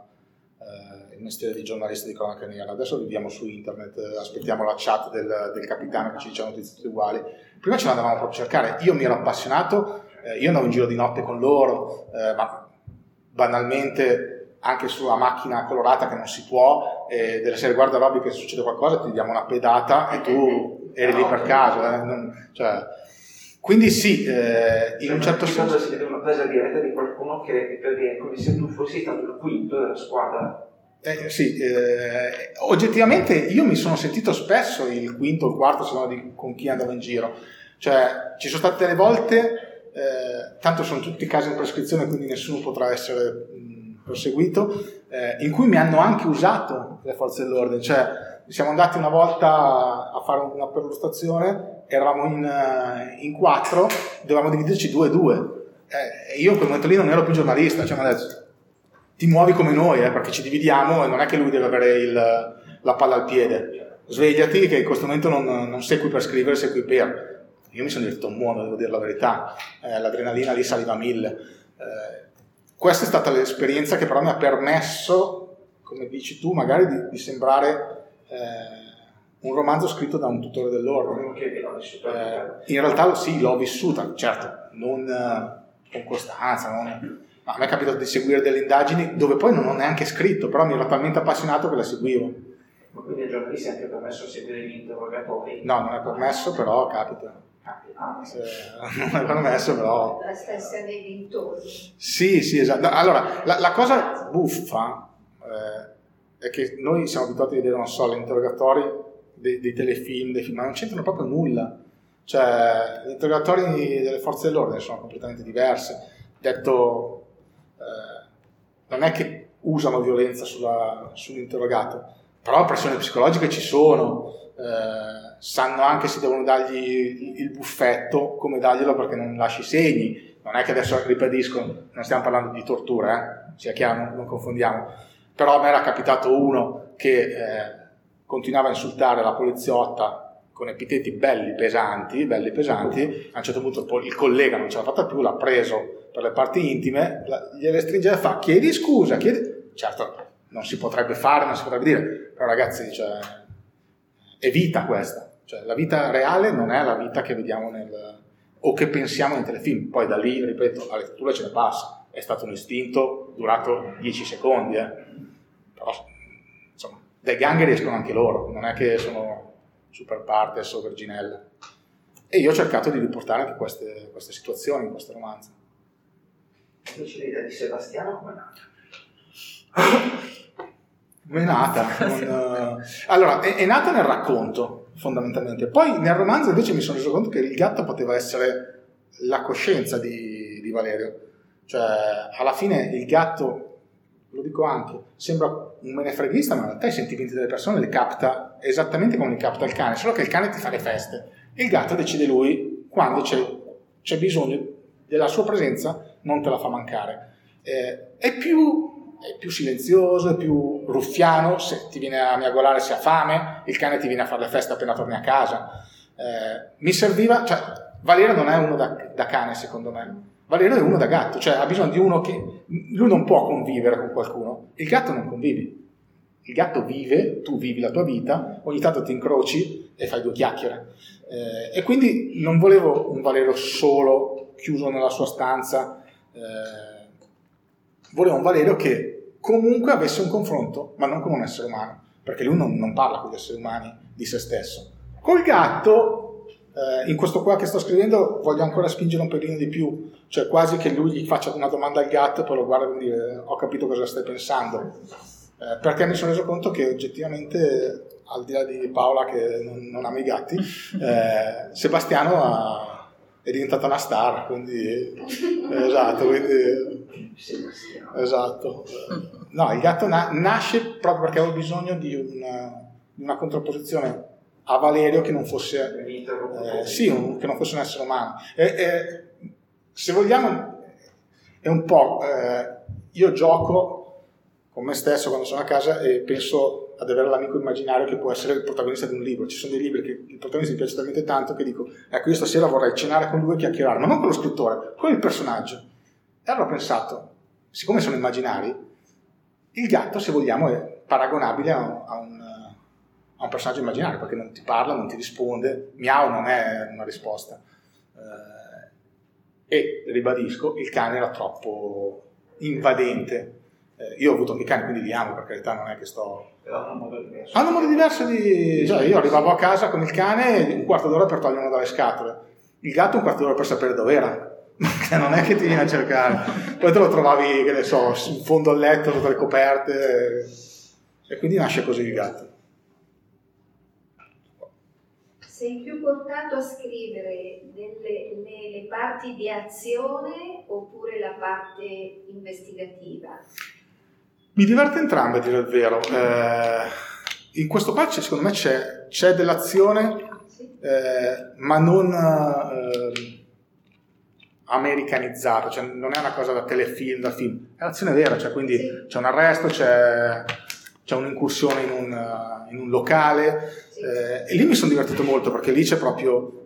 il mestiere di giornalista di cronaca nera. Adesso viviamo su internet, aspettiamo la chat del capitano che ci dice notizie tutte uguali. Prima ce l'andavamo proprio a cercare, io mi ero appassionato, io andavo in giro di notte con loro, ma banalmente anche sulla macchina colorata che non si può, della serie guarda Robby che succede qualcosa, ti diamo una pedata e tu eri lì per caso. Quindi sì, in un certo senso si vede una presa diretta di qualcuno che per dire come se tu fossi stato il quinto della squadra. Sì, oggettivamente io mi sono sentito spesso il quinto o il quarto, se no con chi andavo in giro. Cioè, ci sono state delle volte, tanto sono tutti casi in prescrizione, quindi nessuno potrà essere proseguito, in cui mi hanno anche usato le forze dell'ordine. Cioè, siamo andati una volta a fare una perlustrazione, eravamo in 4, dovevamo dividerci 2 e 2. E io in quel momento lì non ero più giornalista, cioè mi hanno detto ti muovi come noi, perché ci dividiamo e non è che lui deve avere la palla al piede. Svegliati che in questo momento non sei qui per scrivere, sei qui per... Io mi sono diventato un mondo, devo dire la verità, l'adrenalina lì saliva a 1000. Questa è stata l'esperienza che però mi ha permesso, come dici tu, magari di sembrare un romanzo scritto da un tutore dell'ordine. In realtà sì, l'ho vissuta, certo, non con costanza, ma a me è capitato di seguire delle indagini dove poi non ho neanche scritto, però mi ero talmente appassionato che le seguivo. Ma quindi ai giornalisti è anche permesso seguire gli interrogatori? No, non è permesso, però capita. Non è permesso, però... La stessa nei dintorni. Sì, esatto. Allora, la cosa buffa è che noi siamo abituati a vedere, non so, gli interrogatori dei telefilm, dei film, ma non c'entrano proprio nulla. Cioè, gli interrogatori delle forze dell'ordine sono completamente diversi. Detto, non è che usano violenza sull'interrogato, però pressioni psicologiche ci sono. Sanno anche se devono dargli il buffetto, come darglielo perché non lasci segni. Non è che adesso, ribadisco, non stiamo parlando di tortura, sia chiaro, non confondiamo. Però a me era capitato uno che continuava a insultare la poliziotta con epiteti belli pesanti. A un certo punto il collega non ce l'ha fatta più, l'ha preso per le parti intime, gliele stringeva e fa chiedi scusa. Certo, non si potrebbe fare, non si potrebbe dire, però ragazzi, cioè, è vita questa. Cioè, la vita reale non è la vita che vediamo o che pensiamo nei telefilm. Poi da lì, ripeto, la lettura ce ne passa. È stato un istinto durato 10 secondi. Però, insomma, dai gangher escono anche loro. Non è che sono super partes o verginelle. E io ho cercato di riportare anche queste situazioni in questo romanzo. Invece l'idea di Sebastiano come è nata? Allora, è nata nel racconto. Fondamentalmente. Poi nel romanzo invece mi sono reso conto che il gatto poteva essere la coscienza di Valerio. Cioè, alla fine il gatto, lo dico anche, sembra un menefreghista, ma in realtà i sentimenti delle persone li capta esattamente come li capta il cane, solo che il cane ti fa le feste. Il gatto decide lui, quando c'è bisogno della sua presenza, non te la fa mancare. È più silenzioso, è più ruffiano, se ti viene a miagolare se ha fame, il cane ti viene a fare le feste appena torni a casa. Mi serviva, cioè Valerio non è uno da cane secondo me, Valerio è uno da gatto, cioè ha bisogno di uno che, lui non può convivere con qualcuno, il gatto non convivi, il gatto vive, tu vivi la tua vita, ogni tanto ti incroci e fai 2 chiacchiere, e quindi non volevo un Valerio solo, chiuso nella sua stanza, volevo un Valerio che comunque avesse un confronto, ma non con un essere umano, perché lui non parla con gli esseri umani di se stesso. Col gatto, in questo qua che sto scrivendo, voglio ancora spingere un pelino di più, cioè quasi che lui gli faccia una domanda al gatto e poi lo guarda e dire ho capito cosa stai pensando, perché mi sono reso conto che oggettivamente, al di là di Paola che non ama i gatti, Sebastiano è diventata una star, quindi esatto, quindi esatto. No, il gatto nasce proprio perché avevo bisogno di una contrapposizione a Valerio che non fosse che non fosse un essere umano. Se vogliamo è un po' io gioco con me stesso quando sono a casa e penso ad avere l'amico immaginario che può essere il protagonista di un libro. Ci sono dei libri che il protagonista mi piace talmente tanto che dico, ecco, io stasera vorrei cenare con lui e chiacchierare, ma non con lo scrittore, con il personaggio. E allora ho pensato, siccome sono immaginari, il gatto, se vogliamo, è paragonabile a un personaggio immaginario, perché non ti parla, non ti risponde, miau non è una risposta. E ribadisco, il cane era troppo invadente. Io ho avuto anche cani, quindi li amo, per carità, non è che sto... Hanno un modo diverso. Hanno modi diversi di... Cioè, io arrivavo a casa con il cane un quarto d'ora per toglierlo dalle scatole. Il gatto un quarto d'ora per sapere dov'era. Non è che ti viene a cercare. Poi te lo trovavi, che ne so, in fondo al letto, sotto le coperte. E quindi nasce così il gatto. Sei più portato a scrivere le parti di azione oppure la parte investigativa? Mi diverte entrambe, a dire il vero. In questo qua secondo me c'è dell'azione, ma non americanizzata, cioè non è una cosa da telefilm, da film, è l'azione vera, cioè quindi c'è un arresto, c'è un'incursione in un locale, e lì mi sono divertito molto perché lì c'è proprio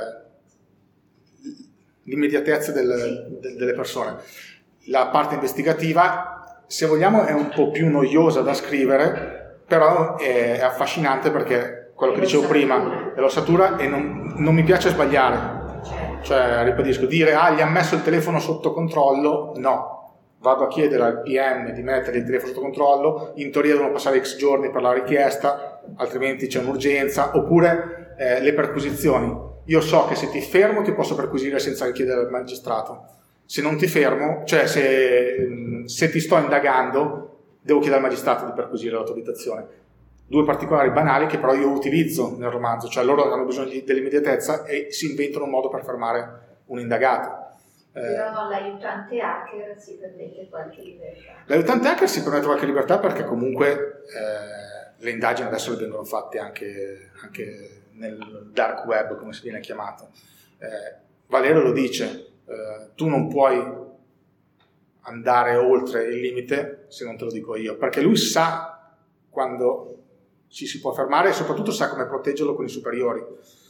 l'immediatezza delle persone. La parte investigativa, se vogliamo, è un po' più noiosa da scrivere, però è affascinante perché quello che dicevo prima è l'ossatura e non mi piace sbagliare. Cioè, ribadisco, dire gli ha messo il telefono sotto controllo, no. Vado a chiedere al PM di mettere il telefono sotto controllo, in teoria devono passare X giorni per la richiesta, altrimenti c'è un'urgenza, oppure le perquisizioni. Io so che se ti fermo ti posso perquisire senza richiedere al magistrato. Se non ti fermo, cioè se ti sto indagando, devo chiedere al magistrato di perquisire l'autorizzazione. Due particolari banali che però io utilizzo nel romanzo, cioè loro hanno bisogno dell'immediatezza e si inventano un modo per fermare un indagato. Però l'aiutante hacker si permette qualche libertà. L'aiutante hacker si permette qualche libertà perché comunque le indagini adesso le vengono fatte anche nel dark web, come si viene chiamato. Valerio lo dice, tu non puoi andare oltre il limite se non te lo dico io, perché lui sa quando ci si può fermare e soprattutto sa come proteggerlo con i superiori.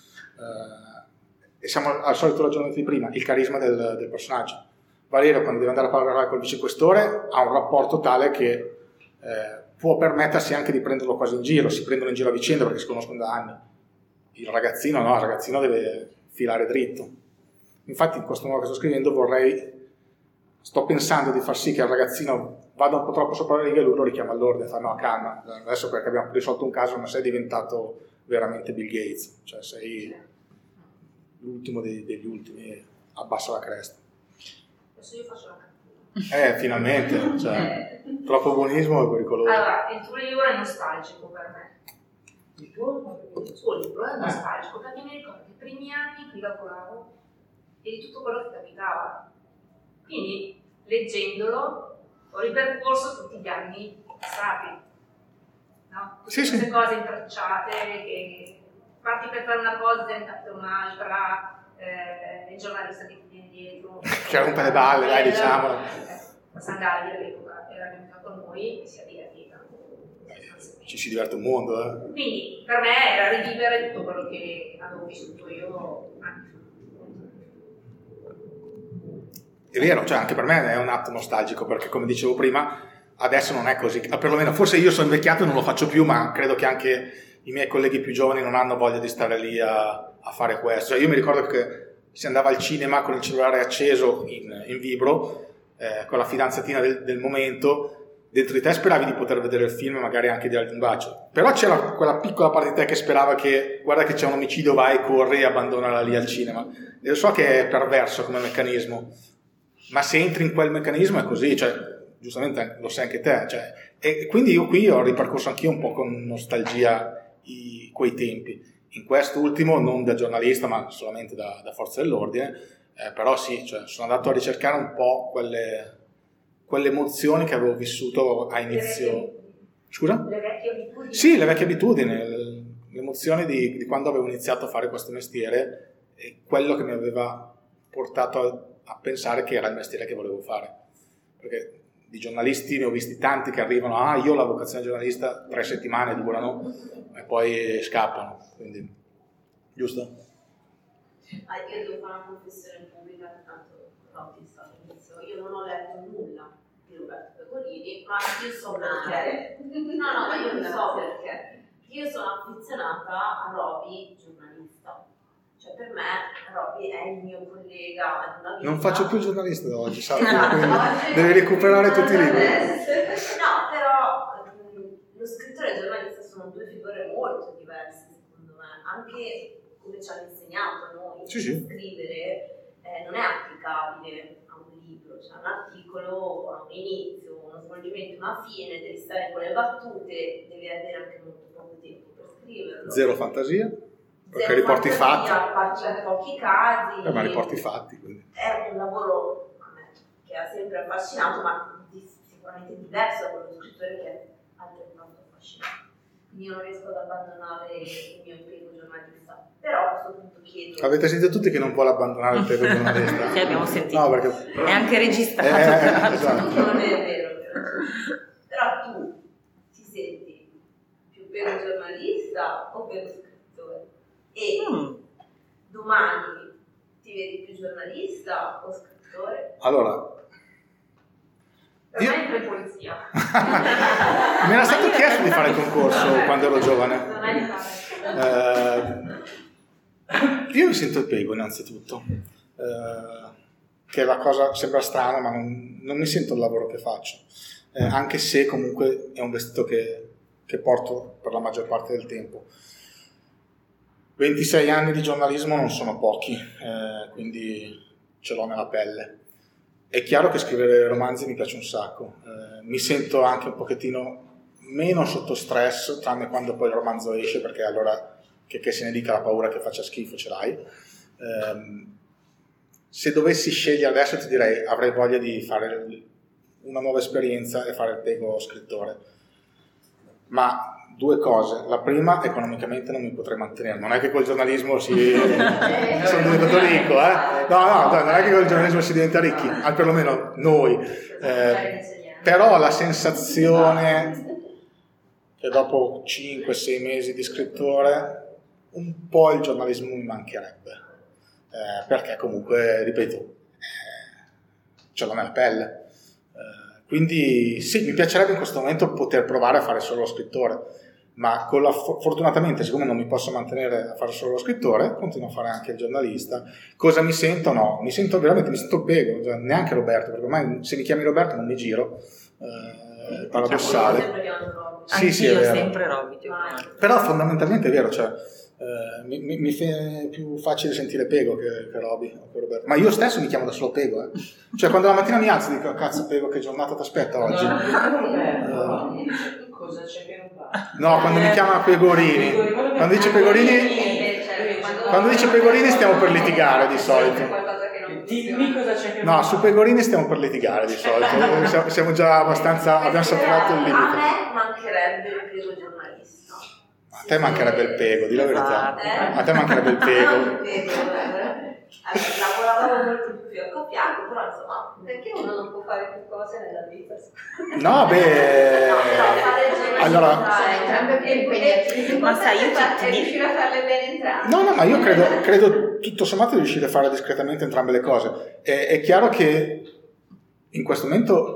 E siamo al solito ragionamento di prima, il carisma del personaggio. Valerio, quando deve andare a parlare col vicequestore, ha un rapporto tale che può permettersi anche di prenderlo quasi in giro, si prendono in giro a vicenda perché si conoscono da anni. Il ragazzino deve filare dritto. Infatti in questo modo che sto scrivendo sto pensando di far sì che il ragazzino vada un po' troppo sopra la riga e lui lo richiama all'ordine, fa no, calma, adesso perché abbiamo risolto un caso, ma sei diventato veramente Bill Gates, cioè sei l'ultimo degli ultimi, abbassa la cresta. Adesso io faccio la cattura. Finalmente, cioè, troppo buonismo è pericoloso. Allora, il tuo libro è nostalgico per me. Il suo libro è nostalgico perché mi ricordo che i primi anni in cui lavoravo e di tutto quello che capitava. Quindi, leggendolo, ho ripercorso tutti gli anni passati, no? Tutte queste cose intracciate che parti per fare una cosa e fate un'altra, il giornalista che ti viene dietro. Che rompe le balle, dai, diciamolo. Sangalli all'epoca era venuta con noi e si è divertita. Ci si diverte un mondo, Quindi, per me era rivivere tutto quello che avevo vissuto io anni fa. È vero, cioè anche per me è un atto nostalgico perché come dicevo prima adesso non è così, perlomeno forse io sono invecchiato e non lo faccio più, ma credo che anche i miei colleghi più giovani non hanno voglia di stare lì a fare questo. Cioè, io mi ricordo che si andava al cinema con il cellulare acceso in vibro, con la fidanzatina del momento, dentro di te speravi di poter vedere il film e magari anche di dargli un bacio, però c'era quella piccola parte di te che sperava che guarda che c'è un omicidio, vai, corri e abbandonala lì al cinema. E lo so che è perverso come meccanismo, ma se entri in quel meccanismo è così, cioè giustamente lo sai anche te, cioè, e quindi io qui ho ripercorso anch'io un po' con nostalgia quei tempi in quest'ultimo non da giornalista ma solamente da forza dell'ordine, però sì, cioè, sono andato a ricercare un po' quelle emozioni che avevo vissuto a inizio. Scusa? Le vecchie abitudini? Sì, le vecchie abitudini, le emozioni di quando avevo iniziato a fare questo mestiere e quello che mi aveva portato a pensare che era il mestiere che volevo fare. Perché di giornalisti ne ho visti tanti che arrivano, io ho la vocazione giornalista, 3 settimane durano e poi scappano, quindi giusto? Io devo fare una confessione pubblica, tanto Rotti sta all'inizio, io non ho letto nulla di Roberto Pecorini, ma io so perché. No, ma io lo so perché. Io sono affezionata a Roby giornalista. Cioè per me Roby è il mio collega. Non faccio più il giornalista da oggi, sai? Devi recuperare tutti i libri. No, però lo scrittore e il giornalista sono 2 figure molto diverse secondo me, anche come ci hanno insegnato a noi. Sì. Scrivere non è applicabile a un libro, cioè un articolo ha un inizio, uno svolgimento, una fine, devi stare con le battute, devi avere anche molto poco tempo per scriverlo. Zero fantasia, perché riporti i fatti. A parte in pochi casi. Ma riporti i fatti, quindi. È un lavoro a me, che ha sempre affascinato, ma sicuramente diverso da quello di scrittore che è altrettanto affascinante. Quindi io non riesco ad abbandonare il mio impiego giornalista, però a questo punto chiedo. Avete sentito tutti che non vuole abbandonare il impiego giornalista? Sì, abbiamo sentito. No, perché è anche registrato. Esatto. Non è vero, però tu ti senti più per un giornalista o per lo scrittore? E domani ti vedi più giornalista o scrittore? Allora, Per me è prepolizia. mi era stato chiesto di fare il concorso quando ero giovane. Non è facile. Io mi sento il pego innanzitutto, che la cosa sembra strana, ma non mi sento il lavoro che faccio, anche se comunque è un vestito che porto per la maggior parte del tempo. 26 anni di giornalismo non sono pochi, quindi ce l'ho nella pelle. È chiaro che scrivere romanzi mi piace un sacco, mi sento anche un pochettino meno sotto stress, tranne quando poi il romanzo esce, perché allora che se ne dica la paura che faccia schifo ce l'hai. Se dovessi scegliere adesso ti direi avrei voglia di fare una nuova esperienza e fare il pego scrittore, ma 2 cose. La prima, economicamente non mi potrei mantenere, non è che col giornalismo sono diventato ricco, no, non è che col giornalismo si diventa ricchi, perlomeno noi, però la sensazione che dopo 5-6 mesi di scrittore un po' il giornalismo mi mancherebbe, perché comunque, ripeto, ce l'ho nella pelle, quindi sì, mi piacerebbe in questo momento poter provare a fare solo lo scrittore, ma fortunatamente, siccome non mi posso mantenere a fare solo lo scrittore, continuo a fare anche il giornalista. Cosa mi sento? No, mi sento pego, cioè, neanche Roberto, perché ormai se mi chiami Roberto non mi giro, paradossale. Sì, è vero. Sempre Roby. Però fondamentalmente è vero, cioè mi è più facile sentire Pego che Roby o che Roberto. Ma io stesso mi chiamo da solo Pego, Cioè quando la mattina mi alzo dico cazzo Pego, che giornata ti aspetta oggi? Cosa c'è che non va? No, quando mi chiama Pegorini, quando dice Pegorini stiamo per litigare di solito. Dimmi cosa c'è che non No, va. su Pegorini stiamo per litigare di solito. Siamo già abbastanza, abbiamo saturato il limite. A me mancherebbe il pego giornalista. A te mancherebbe il Pego, di la verità. A te mancherebbe il Pego. Lavoravo molto più fianco a fianco, però insomma, perché uno non può fare più cose nella vita? No, beh, allora, Ma sai, io è riuscire a farle bene entrambe. no, ma io credo tutto sommato di riuscire a fare discretamente entrambe le cose. È chiaro che in questo momento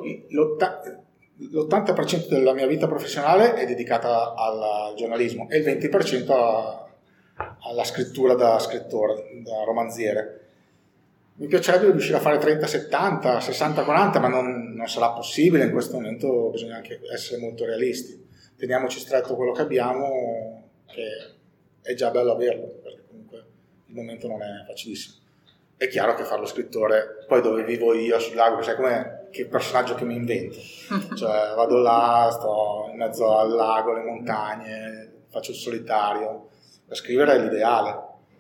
l'80% della mia vita professionale è dedicata al giornalismo e il 20% alla scrittura da scrittore, da romanziere. Mi piacerebbe riuscire a fare 30-70, 60-40, ma non sarà possibile in questo momento, bisogna anche essere molto realisti. Teniamoci stretto quello che abbiamo, che è già bello averlo, perché comunque il momento non è facilissimo. È chiaro che fare lo scrittore, poi dove vivo io sul lago, sai com'è, che personaggio che mi invento. Cioè vado là, sto in mezzo al lago, alle montagne, faccio il solitario. per scrivere è l'ideale.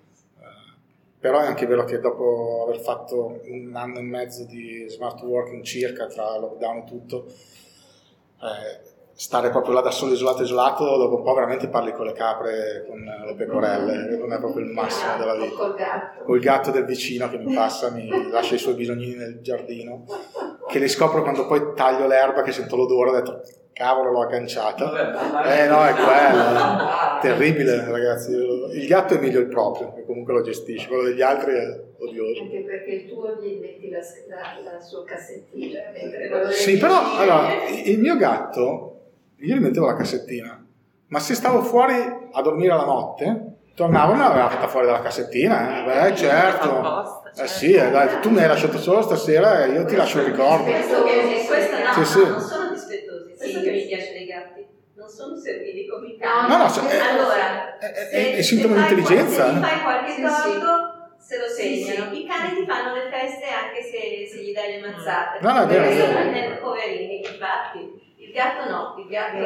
Però è anche vero che dopo aver fatto 1 anno e mezzo di smart working circa, tra lockdown e tutto, stare proprio là da solo, isolato, dopo un po' veramente parli con le capre, con le pecorelle, non è proprio il massimo della vita. Col gatto del vicino che mi passa, mi lascia i suoi bisognini nel giardino, che li scopro quando poi taglio l'erba, che sento l'odore, ho detto cavolo, l'ho agganciata. No, è quello, terribile ragazzi. Il gatto è meglio il proprio, che comunque lo gestisce, quello degli altri è odioso. Anche perché il tuo gli metti la sua cassettina. Sì, però allora, il mio gatto io gli mettevo la cassettina, ma se stavo fuori a dormire la notte, tornavo e me l'aveva fatta fuori dalla cassettina. Beh, certo. Sì, dai, tu mi hai lasciato solo stasera e io ti lascio il ricordo. Questo no, Sì. non sono dispettosi, questo che mi piace dei gatti. Non sono serviti come i cani. No, allora, è sintomo di intelligenza. Se ti fai qualche torto, se lo segnano. Sì. I cani ti fanno le feste anche se gli dai le mazzate. No, è vero. Poverini, infatti. Il gatto no, il gatto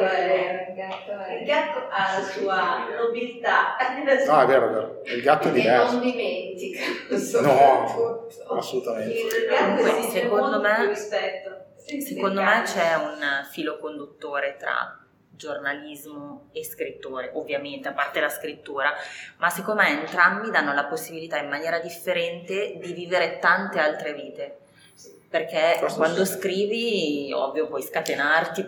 ha la sua nobiltà. No, è vero. Il gatto è diverso. E non dimentica. No, assolutamente. Il gatto esiste Secondo me- molto rispetto. Secondo me c'è un filo conduttore tra giornalismo e scrittore, ovviamente, a parte la scrittura, ma secondo me entrambi danno la possibilità in maniera differente di vivere tante altre vite, perché quando scrivi, ovvio, puoi scatenarti,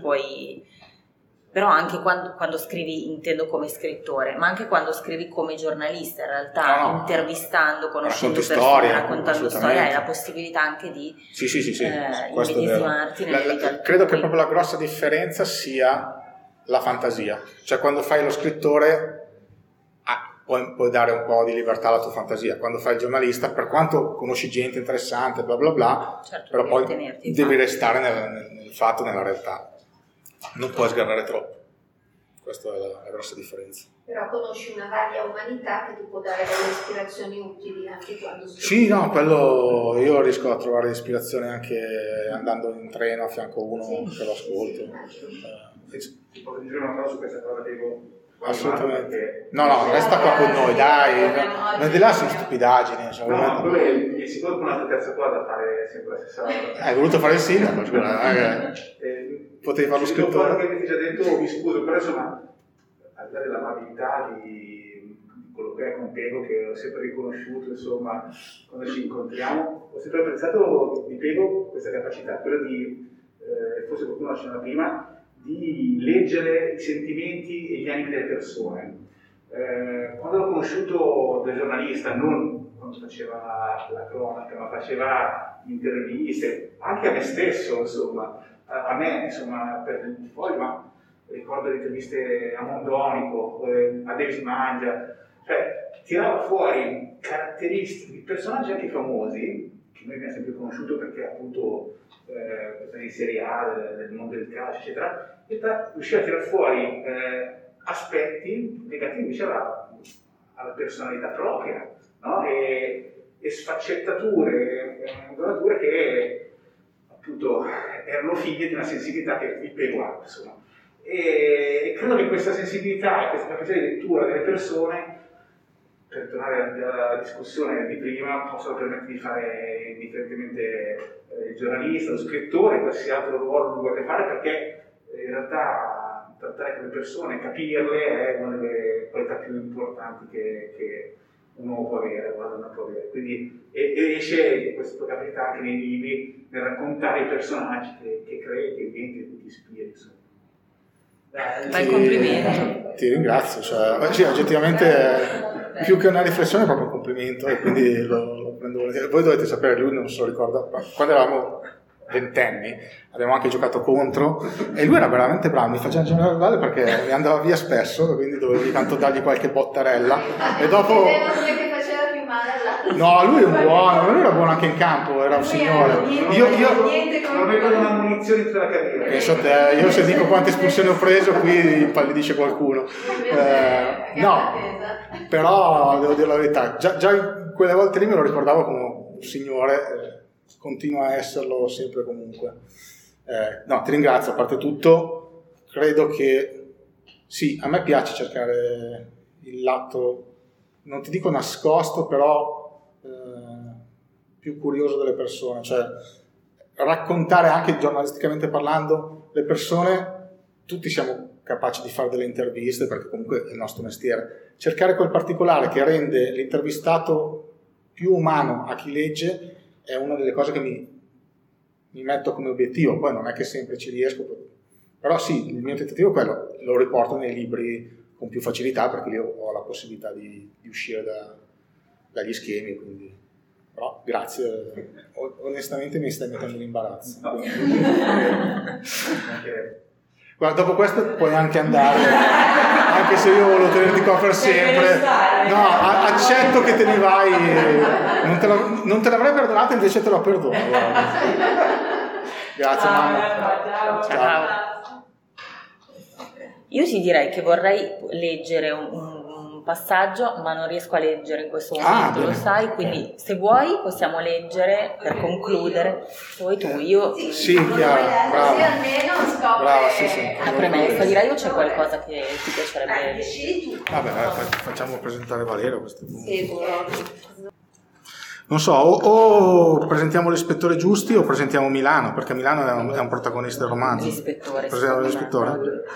però anche quando scrivi, intendo come scrittore, ma anche quando scrivi come giornalista, in realtà intervistando, conoscendo persone, raccontando storie, hai la possibilità anche di Sì. Questo è vero. immedesimarti nelle vite. Credo che proprio la grossa differenza sia la fantasia, cioè quando fai lo scrittore puoi dare un po' di libertà alla tua fantasia, quando fai il giornalista, per quanto conosci gente interessante, bla bla bla, certo, però poi tenerti, devi restare nel fatto, nella realtà, non puoi sgarrare troppo. Questa è la grossa differenza. Però conosci una varia umanità che ti può dare delle ispirazioni utili anche quando scrivi. Sì, no, quello io riesco a trovare ispirazione anche andando in treno a fianco a uno che lo ascolto. Ti posso dire una cosa su questa cosa, Diego? Assolutamente. No, resta qua con noi, dai. Noi di là sono stupidaggini. No, quello è sicuro un'altra terza cosa da fare sempre la stessa cosa. Hai voluto fare il sindaco, potevi farlo scrittore. Quello che avete già detto, mi scuso, però insomma, al di là dell'amabilità di quello che è con Piego, che ho sempre riconosciuto, insomma, quando ci incontriamo, ho sempre apprezzato di Piego questa capacità, quella di, forse qualcuno accennava prima, di leggere i sentimenti e gli animi delle persone. Quando l'ho conosciuto da giornalista, non quando faceva la cronaca, ma faceva interviste, anche a me stesso, insomma, a me, insomma, per il Foglio, ma ricordo le interviste a Mondonico, a Davis Mangia, cioè tirava fuori caratteristiche di personaggi anche famosi, che noi abbiamo sempre conosciuto perché appunto di Serie A, del mondo del calcio, eccetera, e riusciva a tirare fuori aspetti legati invece alla personalità propria, no? E sfaccettature, inquadrature che appunto erano figlie di una sensibilità che il Piego ha, insomma. E credo che questa sensibilità e questa capacità di lettura delle persone, per tornare alla discussione di prima, possono permettere di fare indifferentemente il giornalista, lo scrittore, qualsiasi altro ruolo lo vuole fare, perché in realtà trattare con le persone, capirle, è una delle qualità più importanti che uno può avere, una donna può avere. Quindi esce questa capacità anche nei libri nel raccontare i personaggi che crei, che inventi, che ti ispiri, insomma. Bel complimento. Ti ringrazio, sì, oggettivamente più che una riflessione è proprio un complimento e quindi lo prendo volentieri. Voi dovete sapere, lui non se lo ricorda, quando eravamo ventenni abbiamo anche giocato contro e lui era veramente bravo, mi faceva girare male perché mi andava via spesso, quindi dovevo di tanto dargli qualche bottarella e dopo... No, lui è un buono, lui era buono anche in campo, era un signore. Io non vedo una munizione tutta la carriera. Penso a te, io se dico quante espulsioni ho preso qui impallidisce qualcuno. No, però devo dire la verità, già in quelle volte lì me lo ricordavo come un signore, continua a esserlo sempre comunque. No, ti ringrazio, a parte tutto, credo che sì, a me piace cercare il lato non ti dico nascosto, però più curioso delle persone, cioè raccontare anche giornalisticamente parlando le persone. Tutti siamo capaci di fare delle interviste perché comunque è il nostro mestiere. Cercare quel particolare che rende l'intervistato più umano a chi legge è una delle cose che mi metto come obiettivo. Poi non è che sempre ci riesco, però sì, il mio tentativo è quello, lo riporto nei libri con più facilità perché io ho la possibilità di uscire dagli schemi, quindi. Però grazie, onestamente mi stai mettendo in imbarazzo. Guarda, dopo questo puoi anche andare, anche se io volevo tenerti qua per sempre. No, accetto che te ne vai, non te l'avrei perdonata, invece te la perdono. Grazie mamma. Ciao. Io ti direi che vorrei leggere un passaggio, ma non riesco a leggere in questo momento, lo sai, quindi se vuoi possiamo leggere per concludere. Se vuoi tu, io... Sì, Chiara, brava. Così almeno scopre... Brava, sì. A premessa, direi io c'è qualcosa che ti piacerebbe decidi tu. Vabbè, facciamo presentare Valerio a questo punto. Sì, Non so, o presentiamo l'ispettore Giusti o presentiamo Milano, perché Milano è un protagonista del romanzo. L'ispettore. Presentiamo l'ispettore?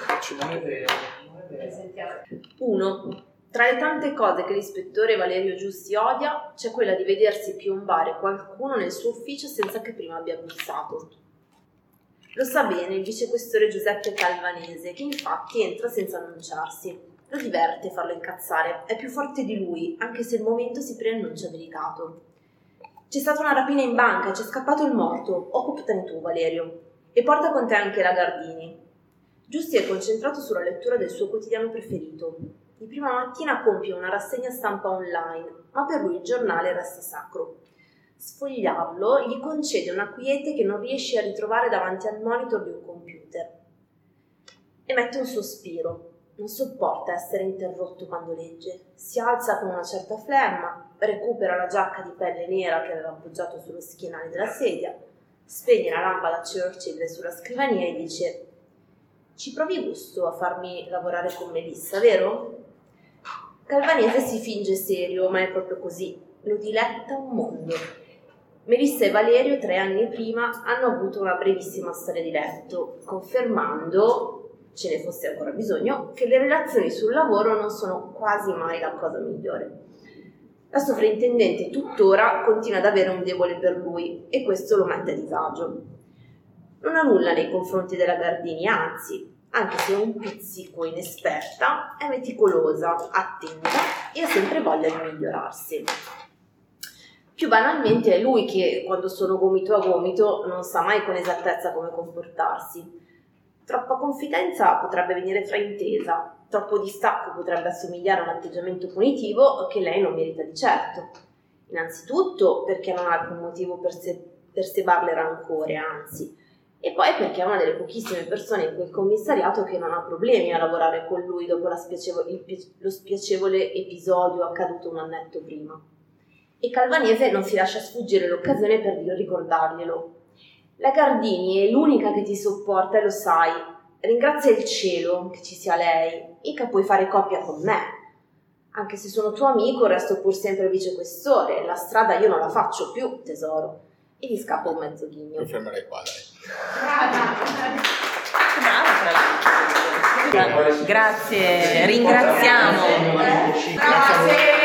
Presentiamo. 1. Tra le tante cose che l'ispettore Valerio Giusti odia, c'è quella di vedersi piombare qualcuno nel suo ufficio senza che prima abbia bussato. Lo sa bene il vicequestore Giuseppe Calvanese, che infatti entra senza annunciarsi. Lo diverte farlo incazzare, è più forte di lui, anche se il momento si preannuncia delicato. C'è stata una rapina in banca, c'è scappato il morto, occupatene tu Valerio, e porta con te anche la Gardini. Giusti è concentrato sulla lettura del suo quotidiano preferito. Di prima mattina compie una rassegna stampa online, ma per lui il giornale resta sacro. Sfogliarlo gli concede una quiete che non riesce a ritrovare davanti al monitor di un computer. Emette un sospiro. Non sopporta essere interrotto quando legge. Si alza con una certa flemma, recupera la giacca di pelle nera che aveva appoggiato sullo schienale della sedia, spegne la lampada Churchill sulla scrivania e dice: «Ci provi gusto a farmi lavorare con Melissa, vero?» Calvanese si finge serio, ma è proprio così. Lo diletta un mondo. Melissa e Valerio 3 anni prima hanno avuto una brevissima storia di letto, confermando, ce ne fosse ancora bisogno, che le relazioni sul lavoro non sono quasi mai la cosa migliore. La sovrintendente tuttora continua ad avere un debole per lui e questo lo mette a disagio. Non ha nulla nei confronti della Gardini, anzi, anche se è un pizzico inesperta, è meticolosa, attenta e ha sempre voglia di migliorarsi. Più banalmente è lui che, quando sono gomito a gomito, non sa mai con esattezza come comportarsi. Troppa confidenza potrebbe venire fraintesa, troppo distacco potrebbe assomigliare a un atteggiamento punitivo che lei non merita di certo. Innanzitutto perché non ha alcun motivo per sebarle rancore, anzi, e poi perché è una delle pochissime persone in quel commissariato che non ha problemi a lavorare con lui dopo lo spiacevole episodio accaduto un annetto prima. E Calvanese non si lascia sfuggire l'occasione per ricordarglielo. La Gardini è l'unica che ti sopporta e lo sai. Ringrazia il cielo che ci sia lei, mica puoi fare coppia con me. Anche se sono tuo amico resto pur sempre vicequestore, la strada io non la faccio più, tesoro. E gli scappa un mezzo ghigno. Mi fermerei qua, dai. Brava, grazie, ringraziamo. Grazie.